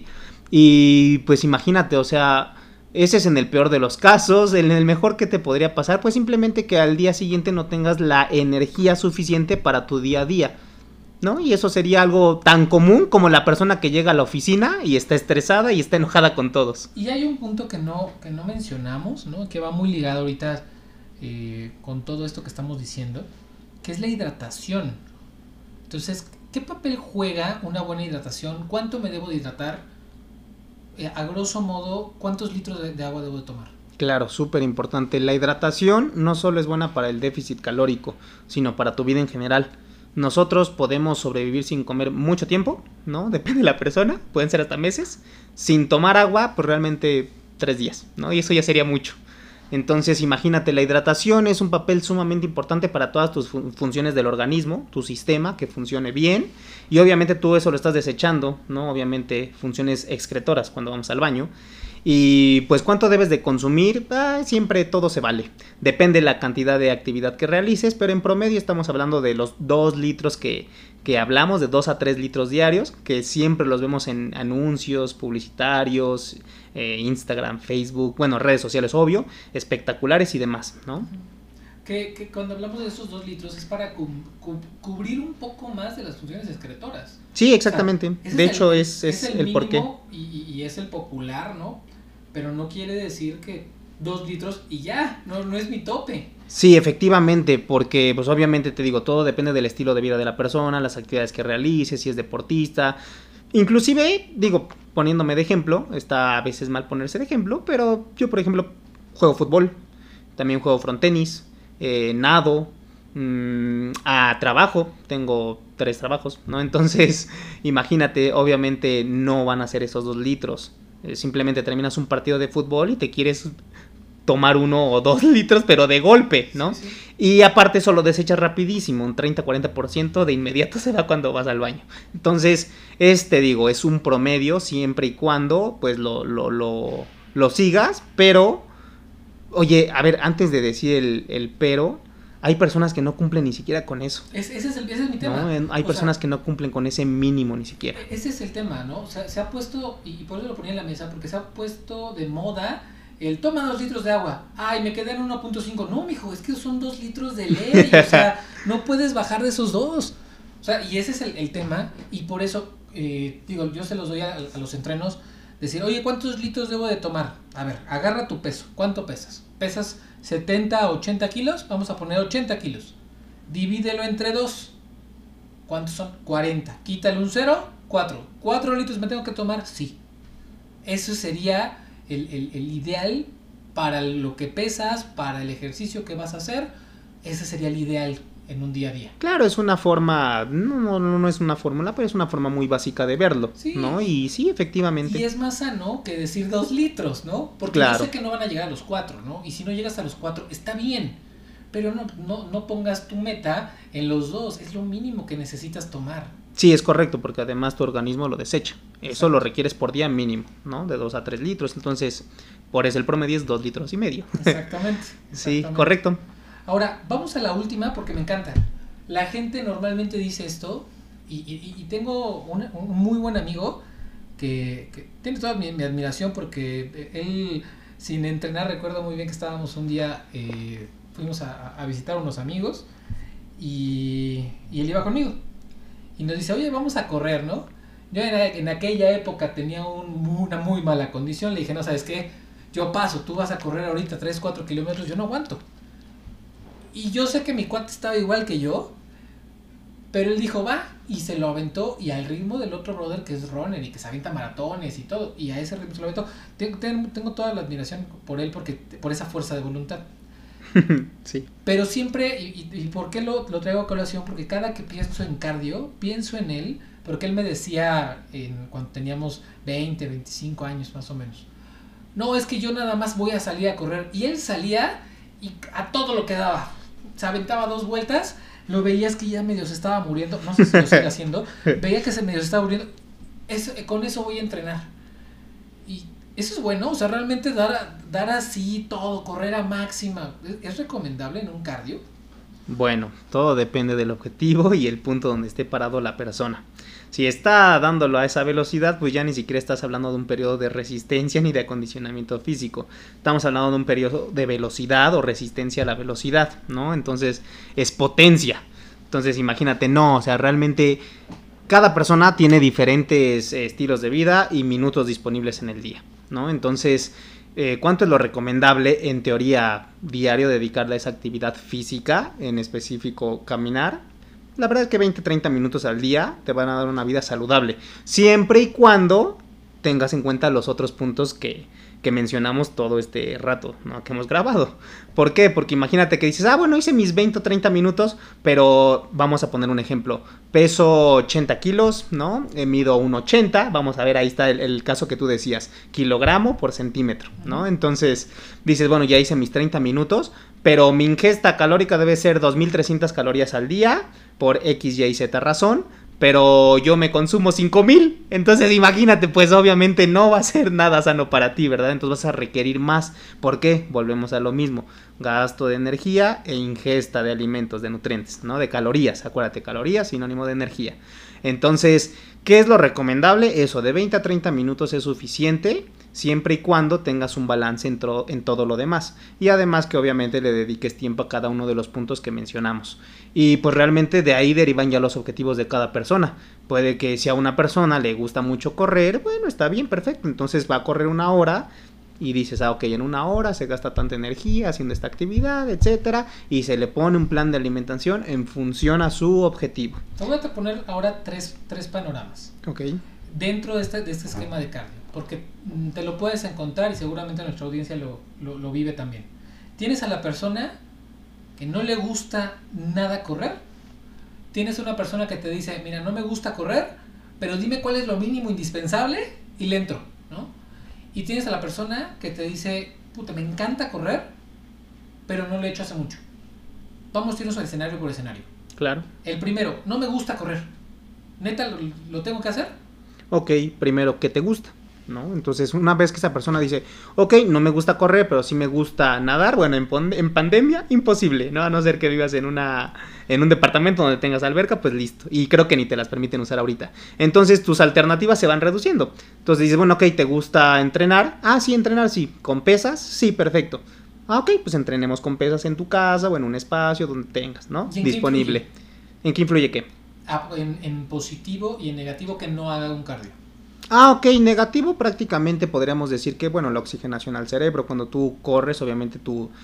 Y pues imagínate, o sea, ese es en el peor de los casos. En el mejor, que te podría pasar, pues simplemente que al día siguiente no tengas la energía suficiente para tu día a día, ¿no? Y eso sería algo tan común como la persona que llega a la oficina y está estresada y está enojada con todos. Y hay un punto que no mencionamos, ¿no? Que va muy ligado ahorita con todo esto que estamos diciendo, que es la hidratación. Entonces, ¿qué papel juega una buena hidratación? ¿Cuánto me debo de hidratar? A grosso modo, ¿cuántos litros de agua debo de tomar? Claro, súper importante. La hidratación no solo es buena para el déficit calórico, sino para tu vida en general. Nosotros podemos sobrevivir sin comer mucho tiempo, ¿no? Depende de la persona, pueden ser hasta meses. Sin tomar agua, pues realmente 3 días, ¿no? Y eso ya sería mucho. Entonces, imagínate, la hidratación es un papel sumamente importante para todas tus funciones del organismo, tu sistema, que funcione bien. Y obviamente tú eso lo estás desechando, ¿no? Obviamente funciones excretoras cuando vamos al baño. Y pues ¿cuánto debes de consumir? Siempre todo se vale. Depende la cantidad de actividad que realices, pero en promedio estamos hablando de los 2 litros que hablamos, de 2 a 3 litros diarios, que siempre los vemos en anuncios publicitarios, Instagram, Facebook, bueno, redes sociales, obvio, espectaculares y demás, ¿no? Que cuando hablamos de esos 2 litros es para cubrir un poco más de las funciones excretoras. Sí, exactamente. O sea, de hecho, es el porqué. Y es el popular, ¿no? Pero no quiere decir que 2 litros y ya, no es mi tope. Sí, efectivamente, porque pues obviamente te digo, todo depende del estilo de vida de la persona, las actividades que realice, si es deportista. Inclusive, digo, poniéndome de ejemplo, está a veces mal ponerse de ejemplo, pero yo, por ejemplo, juego fútbol, también juego frontenis, nado, trabajo, tengo 3 trabajos, ¿no? Entonces, imagínate, obviamente no van a ser esos 2 litros. Simplemente terminas un partido de fútbol y te quieres tomar 1 o 2 litros, pero de golpe, ¿no? Sí. Y aparte eso lo desechas rapidísimo, un 30-40% de inmediato se va cuando vas al baño. Entonces, digo, es un promedio siempre y cuando pues lo sigas, pero, oye, a ver, antes de decir el pero, hay personas que no cumplen ni siquiera con eso. Ese es mi tema. ¿No? Hay personas que no cumplen con ese mínimo ni siquiera. Ese es el tema, ¿no? O sea, se ha puesto, y por eso lo ponía en la mesa, porque se ha puesto de moda el toma 2 litros de agua. Ay, me quedé en 1.5. No, mijo, es que son 2 litros de ley. O sea, no puedes bajar de esos 2. O sea, y ese es el tema. Y por eso, digo, yo se los doy a los entrenos. Decir, oye, ¿cuántos litros debo de tomar? A ver, agarra tu peso. ¿Cuánto pesas? ¿Pesas 70, 80 kilos? Vamos a poner 80 kilos. Divídelo entre 2. ¿Cuántos son? 40. Quítale un 0, 4. ¿4 litros me tengo que tomar? Sí. Eso sería el ideal para lo que pesas, para el ejercicio que vas a hacer. Ese sería el ideal en un día a día. Claro, es una forma, no es una fórmula, pero es una forma muy básica de verlo, sí. ¿no? Y sí, efectivamente. Y es más sano que decir 2 litros, ¿no? Porque yo sé que no van a llegar a los 4, ¿no? Y si no llegas a los 4, está bien. Pero no pongas tu meta en los 2, es lo mínimo que necesitas tomar. Sí, es correcto, porque además tu organismo lo desecha. Eso lo requieres por día mínimo, ¿no? De 2 a 3 litros. Entonces, por eso el promedio es 2 litros y medio. Exactamente. Sí, correcto. Ahora, vamos a la última porque me encanta. La gente normalmente dice esto y tengo un muy buen amigo que tiene toda mi admiración porque él, sin entrenar, recuerdo muy bien que estábamos un día, fuimos a visitar a unos amigos y él iba conmigo. Y nos dice, oye, vamos a correr, ¿no? Yo en aquella época tenía una muy mala condición. Le dije, no, ¿sabes qué? Yo paso, tú vas a correr ahorita 3, 4 kilómetros, yo no aguanto. Y yo sé que mi cuate estaba igual que yo, pero él dijo, va, y se lo aventó, y al ritmo del otro brother que es runner y que se avienta maratones y todo, y a ese ritmo se lo aventó. Tengo toda la admiración por él, por esa fuerza de voluntad. Sí. Pero siempre, y ¿por qué lo traigo a colación? Porque cada que pienso en cardio, pienso en él, porque él me decía cuando teníamos 20, 25 años más o menos, no, es que yo nada más voy a salir a correr. Y él salía y a todo lo que daba. Se aventaba 2 vueltas, lo veías que ya medio se estaba muriendo, no sé si lo sigue haciendo, veía que medio se estaba muriendo, con eso voy a entrenar. Y eso es bueno, o sea, realmente dar así todo, correr a máxima, ¿es recomendable en un cardio? Bueno, todo depende del objetivo y el punto donde esté parado la persona. Si está dándolo a esa velocidad, pues ya ni siquiera estás hablando de un periodo de resistencia ni de acondicionamiento físico. Estamos hablando de un periodo de velocidad o resistencia a la velocidad, ¿no? Entonces es potencia. Entonces imagínate, no, o sea, realmente cada persona tiene diferentes estilos de vida y minutos disponibles en el día, ¿no? Entonces, ¿cuánto es lo recomendable en teoría diario dedicarle a esa actividad física, en específico caminar? La verdad es que 20-30 minutos al día te van a dar una vida saludable, siempre y cuando tengas en cuenta los otros puntos que mencionamos todo este rato, ¿no? Que hemos grabado. ¿Por qué? Porque imagínate que dices, bueno, hice mis 20 o 30 minutos, pero vamos a poner un ejemplo. Peso 80 kilos, ¿no? Mido 1,80. Vamos a ver, ahí está el caso que tú decías, kilogramo por centímetro, ¿no? Entonces dices, bueno, ya hice mis 30 minutos, pero mi ingesta calórica debe ser 2.300 calorías al día por X, Y, Z razón. Pero yo me consumo 5,000. Entonces imagínate, pues obviamente no va a ser nada sano para ti, ¿verdad? Entonces vas a requerir más. ¿Por qué? Volvemos a lo mismo. Gasto de energía e ingesta de alimentos, de nutrientes, ¿no? De calorías. Acuérdate, calorías sinónimo de energía. Entonces, ¿qué es lo recomendable? Eso, de 20 a 30 minutos es suficiente, siempre y cuando tengas un balance en todo lo demás. Y además que obviamente le dediques tiempo a cada uno de los puntos que mencionamos. Y pues realmente de ahí derivan ya los objetivos de cada persona. Puede que si a una persona le gusta mucho correr, bueno, está bien, perfecto. Entonces va a correr 1 hora y dices, ok, en 1 hora se gasta tanta energía haciendo esta actividad, etcétera. Y se le pone un plan de alimentación en función a su objetivo. Te voy a poner ahora tres panoramas. Ok. Dentro de este esquema de cardio, porque te lo puedes encontrar y seguramente nuestra audiencia lo vive también. Tienes a la persona que no le gusta nada correr. Tienes una persona que te dice, mira, no me gusta correr, pero dime cuál es lo mínimo indispensable y le entro, ¿no? Y tienes a la persona que te dice, puta, me encanta correr, pero no lo he hecho hace mucho. Vamos a irnos a escenario por escenario. Claro. El primero, no me gusta correr. ¿Neta lo tengo que hacer? Ok, primero, ¿qué te gusta? ¿no? Entonces, una vez que esa persona dice, ok, no me gusta correr, pero sí me gusta nadar, bueno, en pandemia, imposible, ¿no? A no ser que vivas en un departamento donde tengas alberca, pues listo. Y creo que ni te las permiten usar ahorita. Entonces, tus alternativas se van reduciendo. Entonces, dices, bueno, ok, ¿te gusta entrenar? Ah, sí, entrenar, sí. ¿Con pesas? Sí, perfecto. Ah, ok, pues entrenemos con pesas en tu casa o en un espacio donde tengas, ¿no? Disponible. ¿En qué influye qué? En positivo y en negativo que no haga un cardio. Ah, ok, negativo prácticamente podríamos decir que, bueno, la oxigenación al cerebro, cuando tú corres, obviamente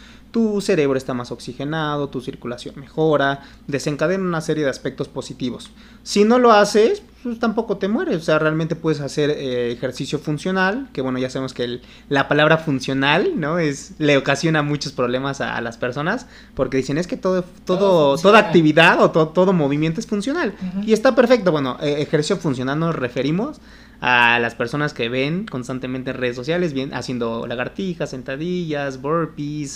tu cerebro está más oxigenado, tu circulación mejora, desencadena una serie de aspectos positivos. Si no lo haces, pues tampoco te mueres, o sea, realmente puedes hacer ejercicio funcional, que bueno, ya sabemos que la palabra funcional, ¿no? Le ocasiona muchos problemas a las personas, porque dicen, es que toda actividad o todo movimiento es funcional, y está perfecto. Bueno, ejercicio funcional nos referimos a las personas que ven constantemente en redes sociales haciendo lagartijas, sentadillas, burpees,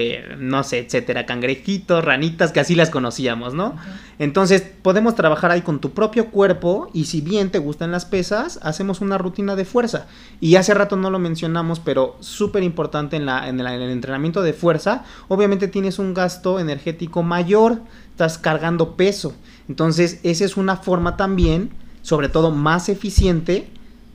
no sé, etcétera, cangrejitos, ranitas, que así las conocíamos, ¿no? Entonces podemos trabajar ahí con tu propio cuerpo, y si bien te gustan las pesas, hacemos una rutina de fuerza. Y hace rato no lo mencionamos, pero súper importante en el entrenamiento de fuerza, obviamente tienes un gasto energético mayor, estás cargando peso. Entonces esa es una forma también, sobre todo más eficiente,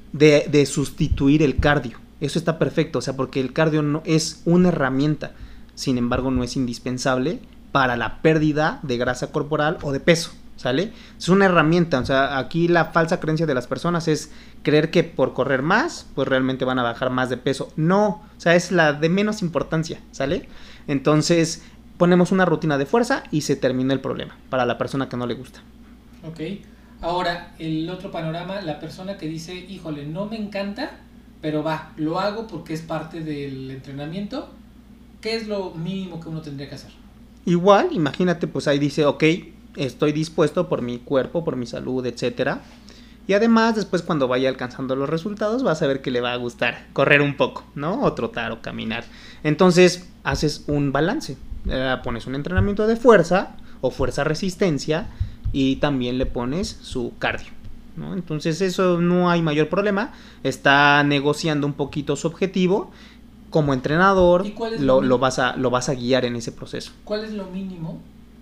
de sustituir el cardio. Eso está perfecto, o sea, porque el cardio no es una herramienta, sin embargo no es indispensable para la pérdida de grasa corporal o de peso, ¿sale? Es una herramienta, o sea, aquí la falsa creencia de las personas es creer que por correr más, pues realmente van a bajar más de peso. No, o sea, es la de menos importancia, ¿sale? Entonces, ponemos una rutina de fuerza y se termina el problema para la persona que no le gusta. Ok. Ahora, el otro panorama, la persona que dice, híjole, no me encanta, pero lo hago porque es parte del entrenamiento. ¿Qué es lo mínimo que uno tendría que hacer? Igual, imagínate, pues ahí dice, ok, estoy dispuesto por mi cuerpo, por mi salud, etcétera. Y además, después cuando vaya alcanzando los resultados, vas a ver que le va a gustar correr un poco, ¿no? O trotar o caminar. Entonces, haces un balance. Pones un entrenamiento de fuerza o fuerza-resistencia, y también le pones su cardio, ¿no? Entonces eso no hay mayor problema. Está negociando un poquito su objetivo. Como entrenador lo vas a guiar en ese proceso. ¿Cuál es lo mínimo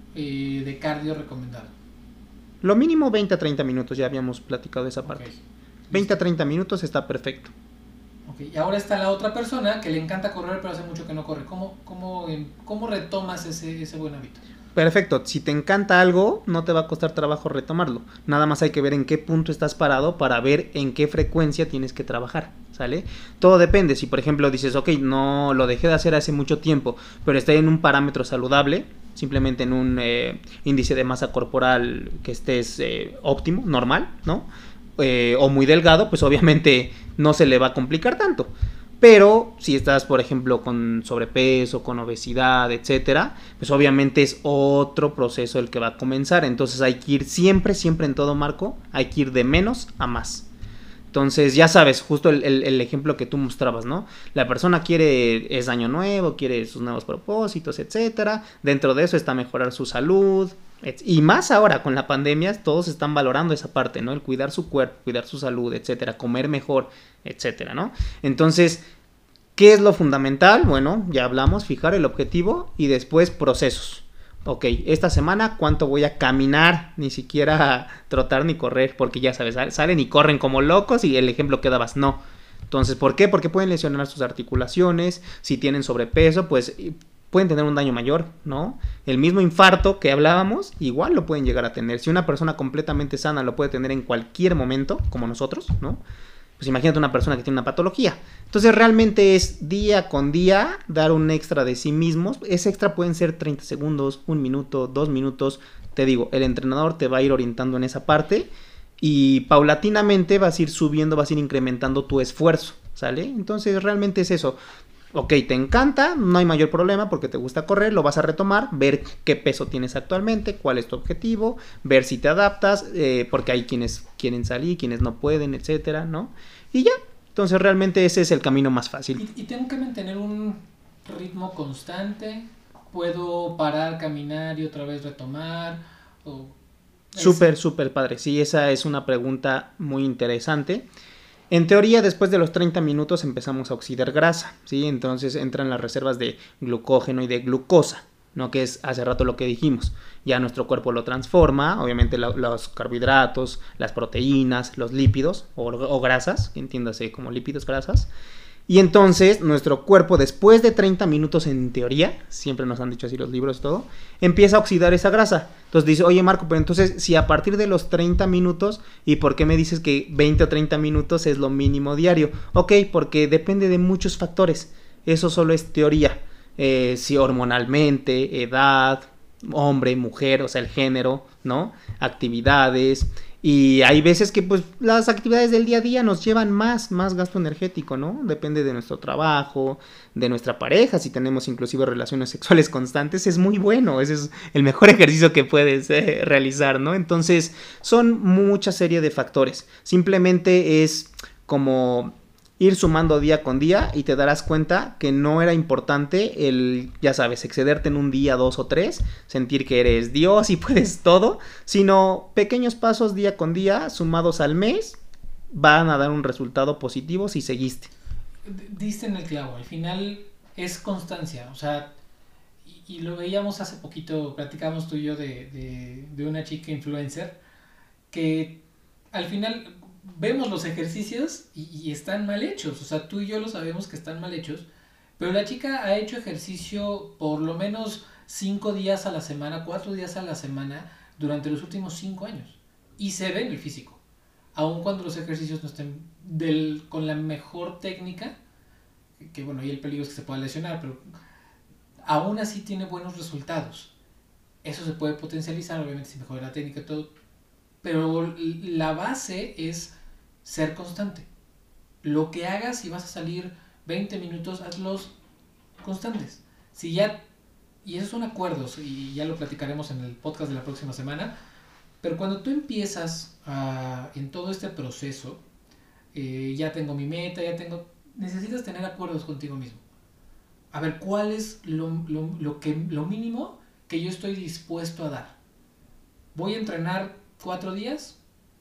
de cardio recomendado? Lo mínimo 20 a 30 minutos, ya habíamos platicado de esa parte. 20 a 30 minutos está perfecto. Ok, y ahora está la otra persona que le encanta correr pero hace mucho que no corre. ¿Cómo retomas ese buen hábito? Perfecto, si te encanta algo, no te va a costar trabajo retomarlo. Nada más hay que ver en qué punto estás parado para ver en qué frecuencia tienes que trabajar, ¿sale? Todo depende. Si por ejemplo dices, ok, no lo dejé de hacer hace mucho tiempo, pero estoy en un parámetro saludable, simplemente en un índice de masa corporal que estés óptimo, normal, ¿no? O muy delgado, pues obviamente no se le va a complicar tanto. Pero si estás, por ejemplo, con sobrepeso, con obesidad, etcétera, pues obviamente es otro proceso el que va a comenzar. Entonces hay que ir siempre en todo, Marco, hay que ir de menos a más. Entonces, ya sabes, justo el ejemplo que tú mostrabas, ¿no? La persona es año nuevo, quiere sus nuevos propósitos, etcétera. Dentro de eso está mejorar su salud. Y más ahora con la pandemia, todos están valorando esa parte, ¿no? El cuidar su cuerpo, cuidar su salud, etcétera, comer mejor, etcétera, ¿no? Entonces, ¿qué es lo fundamental? Bueno, ya hablamos, fijar el objetivo y después procesos. Ok, esta semana, ¿cuánto voy a caminar? Ni siquiera trotar ni correr, porque ya sabes, salen y corren como locos y el ejemplo que dabas, no. Entonces, ¿por qué? Porque pueden lesionar sus articulaciones, si tienen sobrepeso, pues pueden tener un daño mayor, ¿no? El mismo infarto que hablábamos, igual lo pueden llegar a tener. Si una persona completamente sana lo puede tener en cualquier momento, como nosotros, ¿no? Pues imagínate una persona que tiene una patología. Entonces realmente es día con día dar un extra de sí mismos. Ese extra pueden ser 30 segundos, 1 minuto, 2 minutos. Te digo, el entrenador te va a ir orientando en esa parte y paulatinamente vas a ir subiendo, vas a ir incrementando tu esfuerzo, ¿sale? Entonces realmente es eso. Ok, te encanta, no hay mayor problema porque te gusta correr, lo vas a retomar, ver qué peso tienes actualmente, cuál es tu objetivo, ver si te adaptas, porque hay quienes quieren salir, quienes no pueden, etcétera, ¿no? Y ya, entonces realmente ese es el camino más fácil. ¿Y tengo que mantener un ritmo constante? ¿Puedo parar, caminar y otra vez retomar? Súper padre, sí, esa es una pregunta muy interesante. En teoría, después de los 30 minutos empezamos a oxidar grasa, ¿sí? Entonces entran las reservas de glucógeno y de glucosa, ¿no? Que es hace rato lo que dijimos. Ya nuestro cuerpo lo transforma, obviamente los carbohidratos, las proteínas, los lípidos o grasas, entiéndase como lípidos, grasas. Y entonces nuestro cuerpo, después de 30 minutos en teoría, siempre nos han dicho así los libros y todo, empieza a oxidar esa grasa. Entonces dice, oye Marco, pero entonces si a partir de los 30 minutos, ¿y por qué me dices que 20 o 30 minutos es lo mínimo diario? Ok, porque depende de muchos factores. Eso solo es teoría. Si hormonalmente, edad, hombre, mujer, o sea, el género, ¿no? Actividades. Y hay veces que pues las actividades del día a día nos llevan más gasto energético, ¿no? Depende de nuestro trabajo, de nuestra pareja, si tenemos inclusive relaciones sexuales constantes, es muy bueno, ese es el mejor ejercicio que puedes realizar, ¿no? Entonces son mucha serie de factores, simplemente es como ir sumando día con día y te darás cuenta que no era importante el, ya sabes, excederte en un día, 2 o 3, sentir que eres Dios y puedes todo, sino pequeños pasos día con día sumados al mes van a dar un resultado positivo si seguiste. Diste en el clavo, al final es constancia, o sea, y lo veíamos hace poquito, platicamos tú y yo de una chica influencer que al final vemos los ejercicios y están mal hechos, o sea, tú y yo lo sabemos que están mal hechos, pero la chica ha hecho ejercicio por lo menos 5 días a la semana, 4 días a la semana durante los últimos 5 años y se ve en el físico, aun cuando los ejercicios no estén con la mejor técnica, que bueno, ahí el peligro es que se pueda lesionar, pero aún así tiene buenos resultados. Eso se puede potencializar, obviamente, si mejora la técnica y todo, pero la base es ser constante. Lo que hagas, si vas a salir 20 minutos, hazlos constantes. Si ya, y esos son acuerdos, y ya lo platicaremos en el podcast de la próxima semana, pero cuando tú empiezas en todo este proceso, ya tengo mi meta, necesitas tener acuerdos contigo mismo. A ver, ¿cuál es lo mínimo que yo estoy dispuesto a dar? Voy a entrenar 4 días.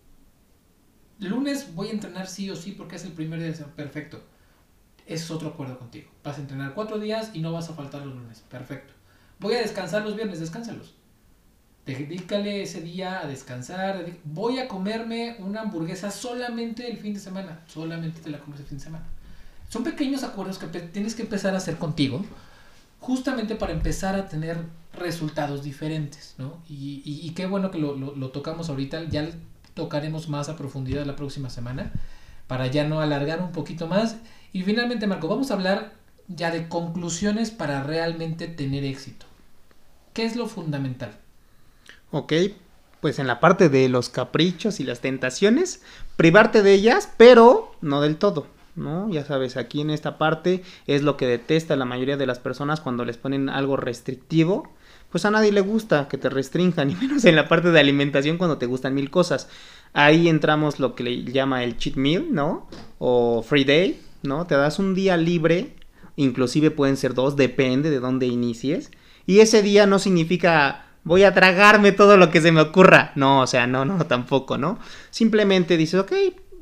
Lunes voy a entrenar sí o sí porque es el primer día. Perfecto. Es otro acuerdo contigo. Vas a entrenar 4 días y no vas a faltar los lunes. Perfecto. Voy a descansar los viernes. Descánsalos. Dedícale ese día a descansar. Voy a comerme una hamburguesa solamente el fin de semana. Solamente te la comes el fin de semana. Son pequeños acuerdos que tienes que empezar a hacer contigo, justamente para empezar a tener resultados diferentes, ¿no? Y qué bueno que lo tocamos ahorita, ya tocaremos más a profundidad la próxima semana, para ya no alargar un poquito más. Y finalmente, Marco, vamos a hablar ya de conclusiones para realmente tener éxito. ¿Qué es lo fundamental? Ok, pues en la parte de los caprichos y las tentaciones, privarte de ellas, pero no del todo, ¿no? Ya sabes, aquí en esta parte es lo que detesta la mayoría de las personas cuando les ponen algo restrictivo. Pues a nadie le gusta que te restrinjan, y menos en la parte de alimentación cuando te gustan 1000 cosas. Ahí entramos lo que le llama el cheat meal, ¿no? O free day, ¿no? Te das un día libre, inclusive pueden ser 2, depende de dónde inicies. Y ese día no significa voy a tragarme todo lo que se me ocurra. No, o sea, no, tampoco, ¿no? Simplemente dices, ok,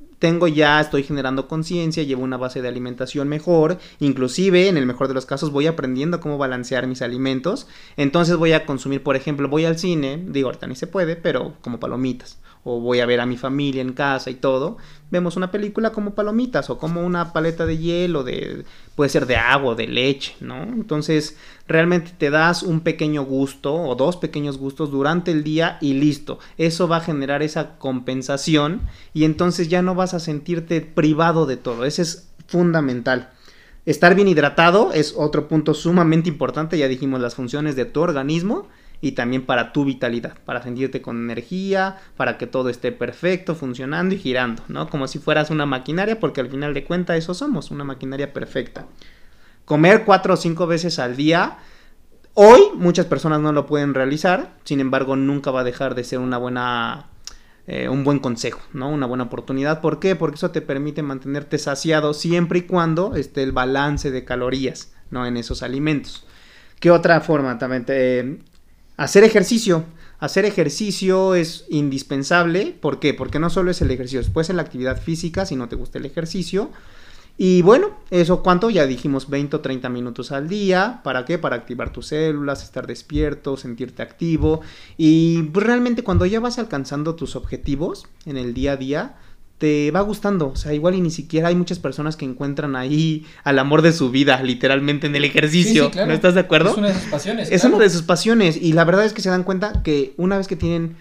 estoy generando conciencia, llevo una base de alimentación mejor, inclusive en el mejor de los casos voy aprendiendo cómo balancear mis alimentos, entonces voy a consumir, por ejemplo, voy al cine, digo, ahorita ni se puede, pero como palomitas, o voy a ver a mi familia en casa y todo, vemos una película como palomitas, o como una paleta de hielo, puede ser de agua, de leche, ¿no? Entonces, realmente te das un pequeño gusto, o 2 pequeños gustos durante el día y listo, eso va a generar esa compensación, y entonces ya no vas a sentirte privado de todo, eso es fundamental. Estar bien hidratado es otro punto sumamente importante, ya dijimos las funciones de tu organismo, y también para tu vitalidad, para sentirte con energía, para que todo esté perfecto, funcionando y girando, ¿no? Como si fueras una maquinaria, porque al final de cuentas eso somos, una maquinaria perfecta. Comer 4 o 5 veces al día, hoy muchas personas no lo pueden realizar, sin embargo nunca va a dejar de ser un buen consejo, ¿no? Una buena oportunidad. ¿Por qué? Porque eso te permite mantenerte saciado siempre y cuando esté el balance de calorías, ¿no? En esos alimentos. ¿Qué otra forma? También hacer ejercicio. Hacer ejercicio es indispensable. ¿Por qué? Porque no solo es el ejercicio, después en la actividad física, si no te gusta el ejercicio. Y bueno, eso cuánto, ya dijimos 20 o 30 minutos al día. ¿Para qué? Para activar tus células, estar despierto, sentirte activo. Y pues, realmente cuando ya vas alcanzando tus objetivos en el día a día, te va gustando. O sea, igual y ni siquiera hay muchas personas que encuentran ahí al amor de su vida, literalmente en el ejercicio. Sí, claro. ¿No estás de acuerdo? Es una de sus pasiones. Es una de sus pasiones. Y la verdad es que se dan cuenta que una vez que tienen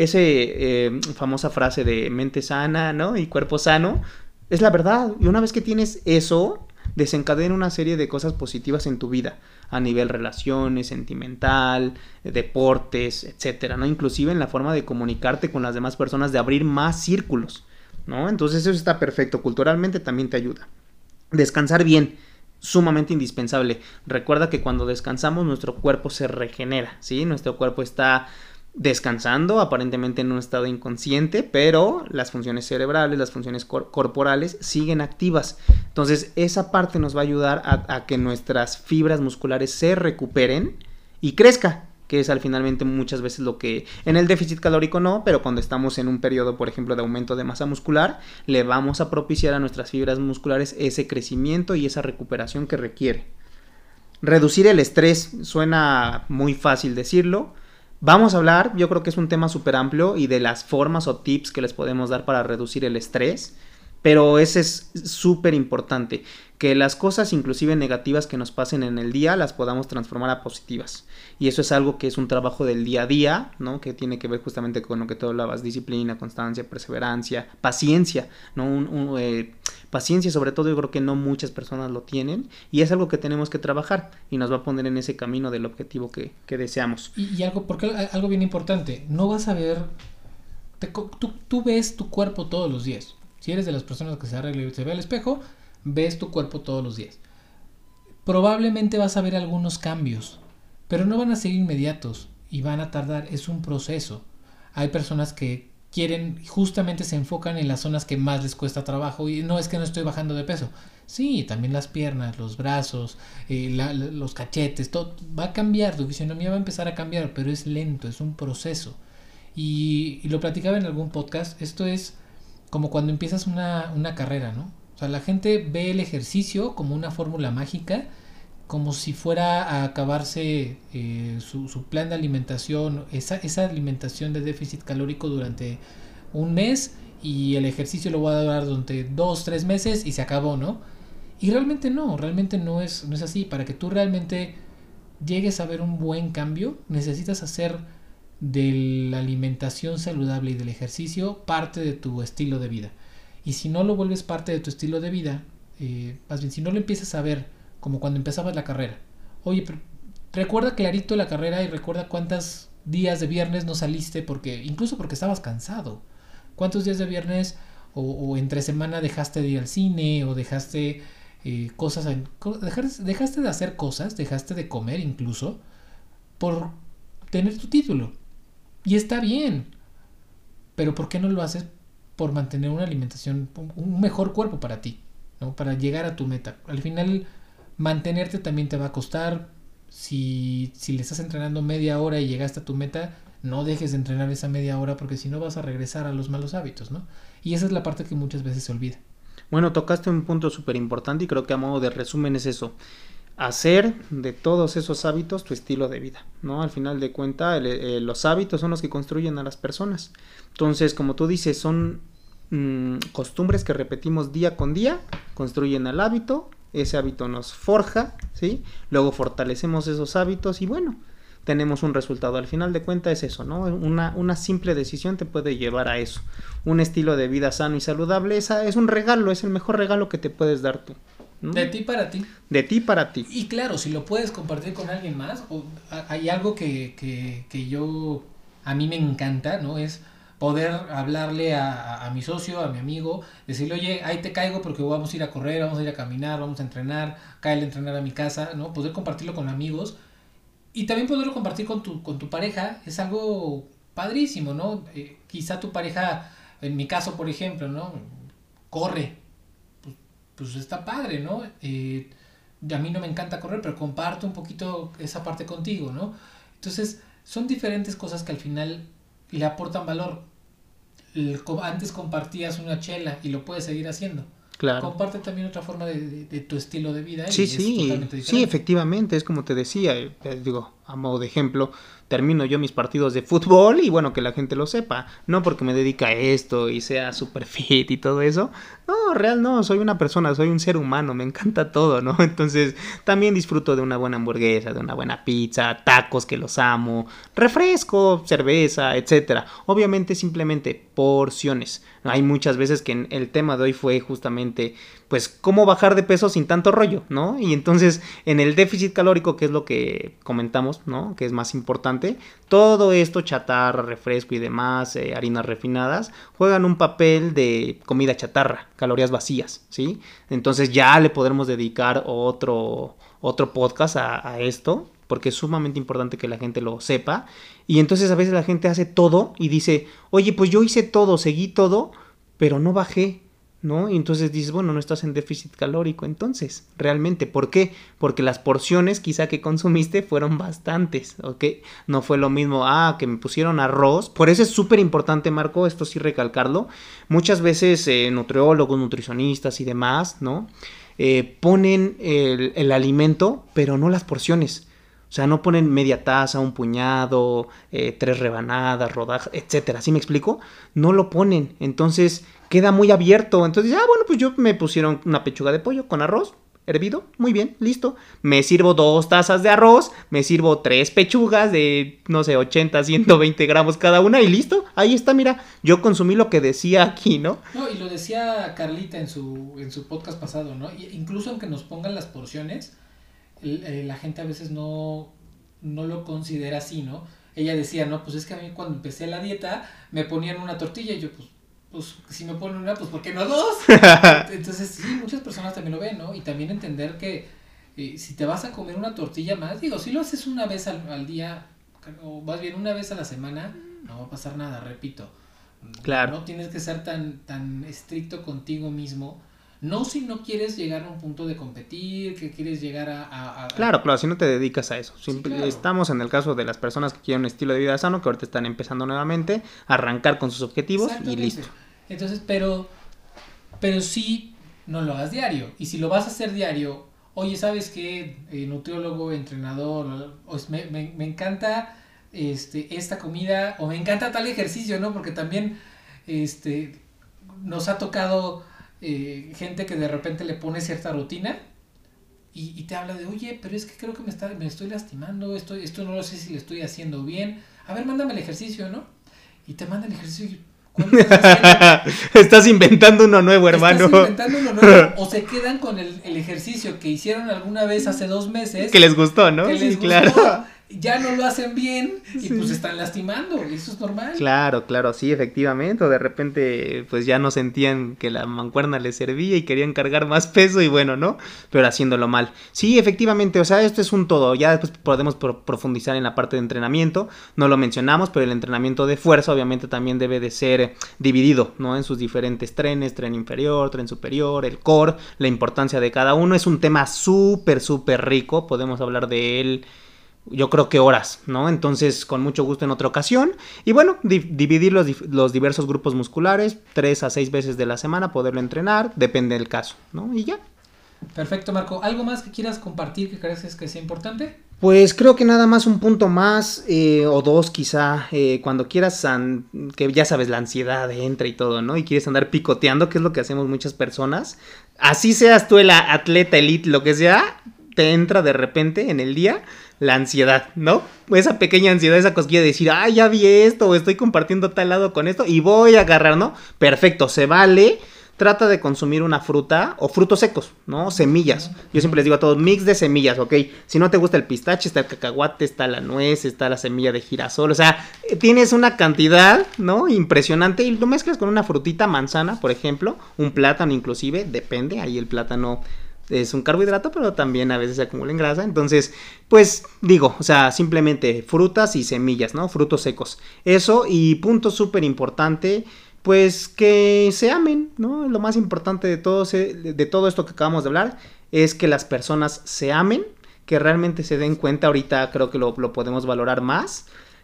ese famosa frase de mente sana, ¿no? Y cuerpo sano, es la verdad. Y una vez que tienes eso, desencadena una serie de cosas positivas en tu vida. A nivel relaciones, sentimental, deportes, etcétera, ¿no? Inclusive en la forma de comunicarte con las demás personas, de abrir más círculos, ¿no? Entonces eso está perfecto. Culturalmente también te ayuda. Descansar bien, sumamente indispensable. Recuerda que cuando descansamos nuestro cuerpo se regenera, ¿sí? Nuestro cuerpo está descansando, aparentemente en un estado inconsciente, pero las funciones cerebrales, las funciones corporales siguen activas. Entonces esa parte nos va a ayudar a que nuestras fibras musculares se recuperen y crezca, que es al finalmente muchas veces lo que en el déficit calórico no, pero cuando estamos en un periodo, por ejemplo, de aumento de masa muscular, le vamos a propiciar a nuestras fibras musculares ese crecimiento y esa recuperación que requiere. Reducir el estrés, suena muy fácil decirlo. Vamos a hablar, yo creo que es un tema súper amplio y de las formas o tips que les podemos dar para reducir el estrés, pero ese es súper importante, que las cosas inclusive negativas que nos pasen en el día las podamos transformar a positivas, y eso es algo que es un trabajo del día a día, ¿no? Que tiene que ver justamente con lo que tú hablabas, disciplina, constancia, perseverancia, paciencia, ¿no? Paciencia sobre todo, yo creo que no muchas personas lo tienen y es algo que tenemos que trabajar y nos va a poner en ese camino del objetivo que deseamos. Y algo, porque algo bien importante, no vas a ver, tú ves tu cuerpo todos los días. Si eres de las personas que se arregla y se ve al espejo, ves tu cuerpo todos los días. Probablemente vas a ver algunos cambios, pero no van a ser inmediatos y van a tardar, es un proceso. Hay personas que quieren, justamente se enfocan en las zonas que más les cuesta trabajo y no es que no estoy bajando de peso. Sí, también las piernas, los brazos, los cachetes, todo va a cambiar, tu fisionomía va a empezar a cambiar, pero es lento, es un proceso. Y lo platicaba en algún podcast, esto es como cuando empiezas una carrera, ¿no? O sea, la gente ve el ejercicio como una fórmula mágica, como si fuera a acabarse su plan de alimentación, esa alimentación de déficit calórico durante un mes y el ejercicio lo va a durar durante 2-3 meses y se acabó, ¿no? Y realmente no es así. Para que tú realmente llegues a ver un buen cambio, necesitas hacer de la alimentación saludable y del ejercicio parte de tu estilo de vida. Y si no lo vuelves parte de tu estilo de vida, más bien si no lo empiezas a ver como cuando empezabas la carrera, oye, recuerda clarito la carrera y recuerda cuántos días de viernes no saliste incluso porque estabas cansado, cuántos días de viernes o entre semana dejaste de ir al cine o dejaste dejaste de hacer cosas, dejaste de comer incluso por tener tu título. Y está bien, pero ¿por qué no lo haces por mantener una alimentación, un mejor cuerpo para ti, ¿no? Para llegar a tu meta. Al final, mantenerte también te va a costar. Si le estás entrenando media hora y llegaste a tu meta, no dejes de entrenar esa media hora porque si no vas a regresar a los malos hábitos, ¿no? Y esa es la parte que muchas veces se olvida. Bueno, tocaste un punto súper importante y creo que a modo de resumen es eso. Hacer de todos esos hábitos tu estilo de vida, ¿no? Al final de cuentas, los hábitos son los que construyen a las personas. Entonces, como tú dices, son costumbres que repetimos día con día, construyen el hábito, ese hábito nos forja, ¿sí? Luego fortalecemos esos hábitos y bueno, tenemos un resultado. Al final de cuentas es eso, ¿no? Una simple decisión te puede llevar a eso. Un estilo de vida sano y saludable es un regalo, es el mejor regalo que te puedes dar tú, ¿no? De ti para ti. De ti para ti. Y claro, si lo puedes compartir con alguien más, hay algo que a mí me encanta, ¿no? Es poder hablarle a mi socio, a mi amigo, decirle, oye, ahí te caigo porque vamos a ir a correr, vamos a ir a caminar, vamos a entrenar, cáele a entrenar a mi casa, ¿no? Poder compartirlo con amigos y también poderlo compartir con tu pareja es algo padrísimo, ¿no? Quizá tu pareja, en mi caso, por ejemplo, ¿no? Corre, pues está padre, ¿no? A mí no me encanta correr, pero comparto un poquito esa parte contigo, ¿no? Entonces, son diferentes cosas que al final le aportan valor. Antes compartías una chela y lo puedes seguir haciendo. Claro. Comparte también otra forma de tu estilo de vida. Sí, y es totalmente diferente. sí, efectivamente, es como te decía, digo, a modo de ejemplo, termino yo mis partidos de fútbol y bueno, que la gente lo sepa, no porque me dedica a esto y sea super fit y todo eso, no, real no, soy una persona, soy un ser humano, me encanta todo, ¿no? Entonces también disfruto de una buena hamburguesa, de una buena pizza, tacos que los amo, refresco, cerveza, etcétera. Obviamente simplemente porciones. Hay muchas veces que el tema de hoy fue justamente, pues, cómo bajar de peso sin tanto rollo, ¿no? Y entonces, en el déficit calórico, que es lo que comentamos, ¿no? Que es más importante, todo esto, chatarra, refresco y demás, harinas refinadas, juegan un papel de comida chatarra, calorías vacías, ¿sí? Entonces ya le podremos dedicar otro podcast a esto, porque es sumamente importante que la gente lo sepa. Y entonces a veces la gente hace todo y dice, oye, pues yo hice todo, seguí todo, pero no bajé, ¿no? Y entonces dices, bueno, no estás en déficit calórico entonces, realmente. ¿Por qué? Porque las porciones quizá que consumiste fueron bastantes, ¿ok? No fue lo mismo, que me pusieron arroz. Por eso es súper importante, Marco, esto sí recalcarlo. Muchas veces nutriólogos, nutricionistas y demás, ¿no? Ponen el alimento, pero no las porciones. O sea, no ponen media taza, un puñado, 3 rebanadas, rodajas, etcétera. ¿Sí me explico? No lo ponen. Entonces queda muy abierto. Entonces, bueno, pues yo me pusieron una pechuga de pollo con arroz hervido. Muy bien, listo. Me sirvo 2 tazas de arroz. Me sirvo 3 pechugas de, no sé, 80, 120 gramos cada una. Y listo. Ahí está, mira. Yo consumí lo que decía aquí, ¿no? No, y lo decía Carlita en su podcast pasado, ¿no? Y incluso aunque nos pongan las porciones, la gente a veces no lo considera así, ¿no? Ella decía, no, pues es que a mí cuando empecé la dieta me ponían una tortilla y yo, pues si me ponen una, pues ¿por qué no 2? Entonces sí, muchas personas también lo ven, ¿no? Y también entender que si te vas a comer una tortilla más, digo, si lo haces una vez al día, o más bien una vez a la semana, no va a pasar nada, repito. Claro. No tienes que ser tan estricto contigo mismo. No si no quieres llegar a un punto de competir, que quieres llegar a... Claro, si no te dedicas a eso. Sí, claro. Estamos en el caso de las personas que quieren un estilo de vida sano, que ahorita están empezando nuevamente a arrancar con sus objetivos y listo. Entonces, pero sí, no lo hagas diario. Y si lo vas a hacer diario, oye, ¿sabes qué? Nutriólogo, entrenador, me encanta esta comida, o me encanta tal ejercicio, ¿no? Porque también nos ha tocado... gente que de repente le pone cierta rutina y te habla de, oye, pero es que creo que me estoy lastimando, esto no lo sé si le estoy haciendo bien, a ver, mándame el ejercicio, ¿no? Y te manda el ejercicio y ¿cuál estás haciendo? Estás inventando uno nuevo, hermano. Estás inventando uno nuevo, o se quedan con el ejercicio que hicieron alguna vez hace 2 meses. Que les gustó, ¿no? Que les gustó. Claro. Ya no lo hacen bien y sí. Pues están lastimando, eso es normal. Claro, sí, efectivamente, o de repente pues ya no sentían que la mancuerna les servía y querían cargar más peso y bueno, ¿no? Pero haciéndolo mal. Sí, efectivamente, o sea, esto es un todo, ya después podemos profundizar en la parte de entrenamiento, no lo mencionamos, pero el entrenamiento de fuerza obviamente también debe de ser dividido, ¿no? En sus diferentes trenes, tren inferior, tren superior, el core, la importancia de cada uno, es un tema súper rico, podemos hablar de él yo creo que horas, ¿no? Entonces, con mucho gusto en otra ocasión. Y bueno, dividir los diversos grupos musculares, 3 a 6 veces de la semana, poderlo entrenar, depende del caso, ¿no? Y ya. Perfecto, Marco. ¿Algo más que quieras compartir que crees que sea importante? Pues creo que nada más un punto más, o 2 quizá, cuando quieras, que ya sabes, la ansiedad entra y todo, ¿no? Y quieres andar picoteando, que es lo que hacemos muchas personas. Así seas tú el atleta elite, lo que sea, te entra de repente en el día la ansiedad, ¿no? Esa pequeña ansiedad, esa cosquilla de decir, ya vi esto, o estoy compartiendo tal lado con esto, y voy a agarrar, ¿no? Perfecto, se vale. Trata de consumir una fruta o frutos secos, ¿no? Semillas. Yo siempre les digo a todos, mix de semillas, ¿ok? Si no te gusta el pistache, está el cacahuate, está la nuez, está la semilla de girasol. O sea, tienes una cantidad, ¿no? Impresionante. Y lo mezclas con una frutita, manzana, por ejemplo. Un plátano inclusive, depende. Ahí el plátano es un carbohidrato, pero también a veces se acumula en grasa. Entonces, pues digo, o sea, simplemente frutas y semillas, ¿no? Frutos secos. Eso, y punto súper importante, pues que se amen, ¿no? Lo más importante de todo esto que acabamos de hablar es que las personas se amen, que realmente se den cuenta. Ahorita creo que lo podemos valorar más,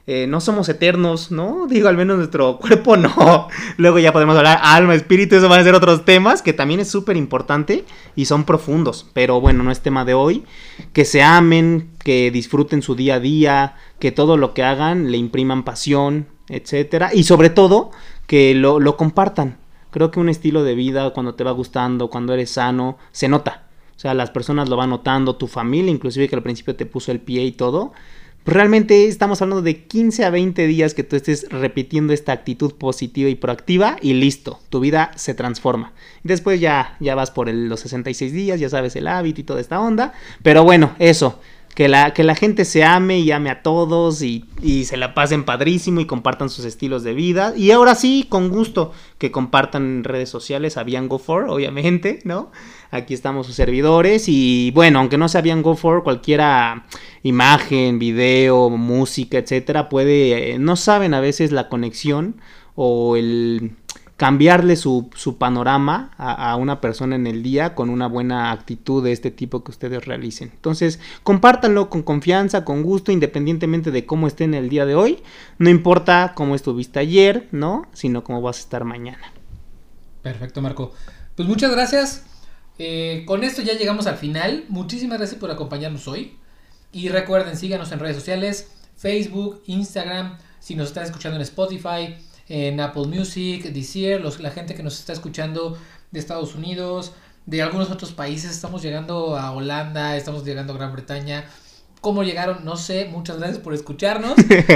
no somos eternos, ¿no? Digo, al menos nuestro cuerpo no. Luego ya podemos hablar alma, espíritu, eso van a ser otros temas que también es súper importante y son profundos. Pero bueno, no es tema de hoy. Que se amen, que disfruten su día a día, que todo lo que hagan le impriman pasión, etcétera. Y sobre todo, que lo compartan. Creo que un estilo de vida, cuando te va gustando, cuando eres sano, se nota. O sea, las personas lo van notando, tu familia, inclusive que al principio te puso el pie y todo. Realmente estamos hablando de 15 a 20 días que tú estés repitiendo esta actitud positiva y proactiva y listo, tu vida se transforma. Después ya vas por los 66 días, ya sabes el hábito y toda esta onda. Pero bueno, eso, que la gente se ame y ame a todos y se la pasen padrísimo y compartan sus estilos de vida. Y ahora sí, con gusto, que compartan en redes sociales a Bien Go For, obviamente, ¿no? Aquí estamos sus servidores y bueno, aunque no sea Bien Go For, cualquiera imagen, video, música, etcétera, puede, no saben a veces la conexión o el cambiarle su panorama a una persona en el día con una buena actitud de este tipo que ustedes realicen. Entonces, compártanlo con confianza, con gusto, independientemente de cómo estén el día de hoy. No importa cómo estuviste ayer, ¿no? Sino cómo vas a estar mañana. Perfecto, Marco. Pues muchas gracias. Con esto ya llegamos al final. Muchísimas gracias por acompañarnos hoy. Y recuerden, síganos en redes sociales, Facebook, Instagram, si nos están escuchando en Spotify, en Apple Music, Deezer, la gente que nos está escuchando de Estados Unidos, de algunos otros países. Estamos llegando a Holanda, estamos llegando a Gran Bretaña. ¿Cómo llegaron? No sé. Muchas gracias por escucharnos.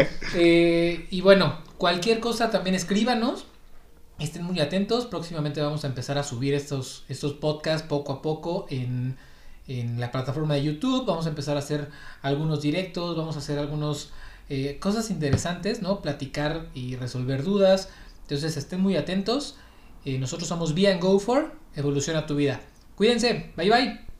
Y bueno, cualquier cosa también escríbanos. Estén muy atentos. Próximamente vamos a empezar a subir estos podcasts poco a poco en la plataforma de YouTube. Vamos a empezar a hacer algunos directos. Vamos a hacer algunos cosas interesantes, ¿no? Platicar y resolver dudas. Entonces estén muy atentos. Nosotros somos Be and Go For. Evoluciona tu vida. Cuídense. Bye bye.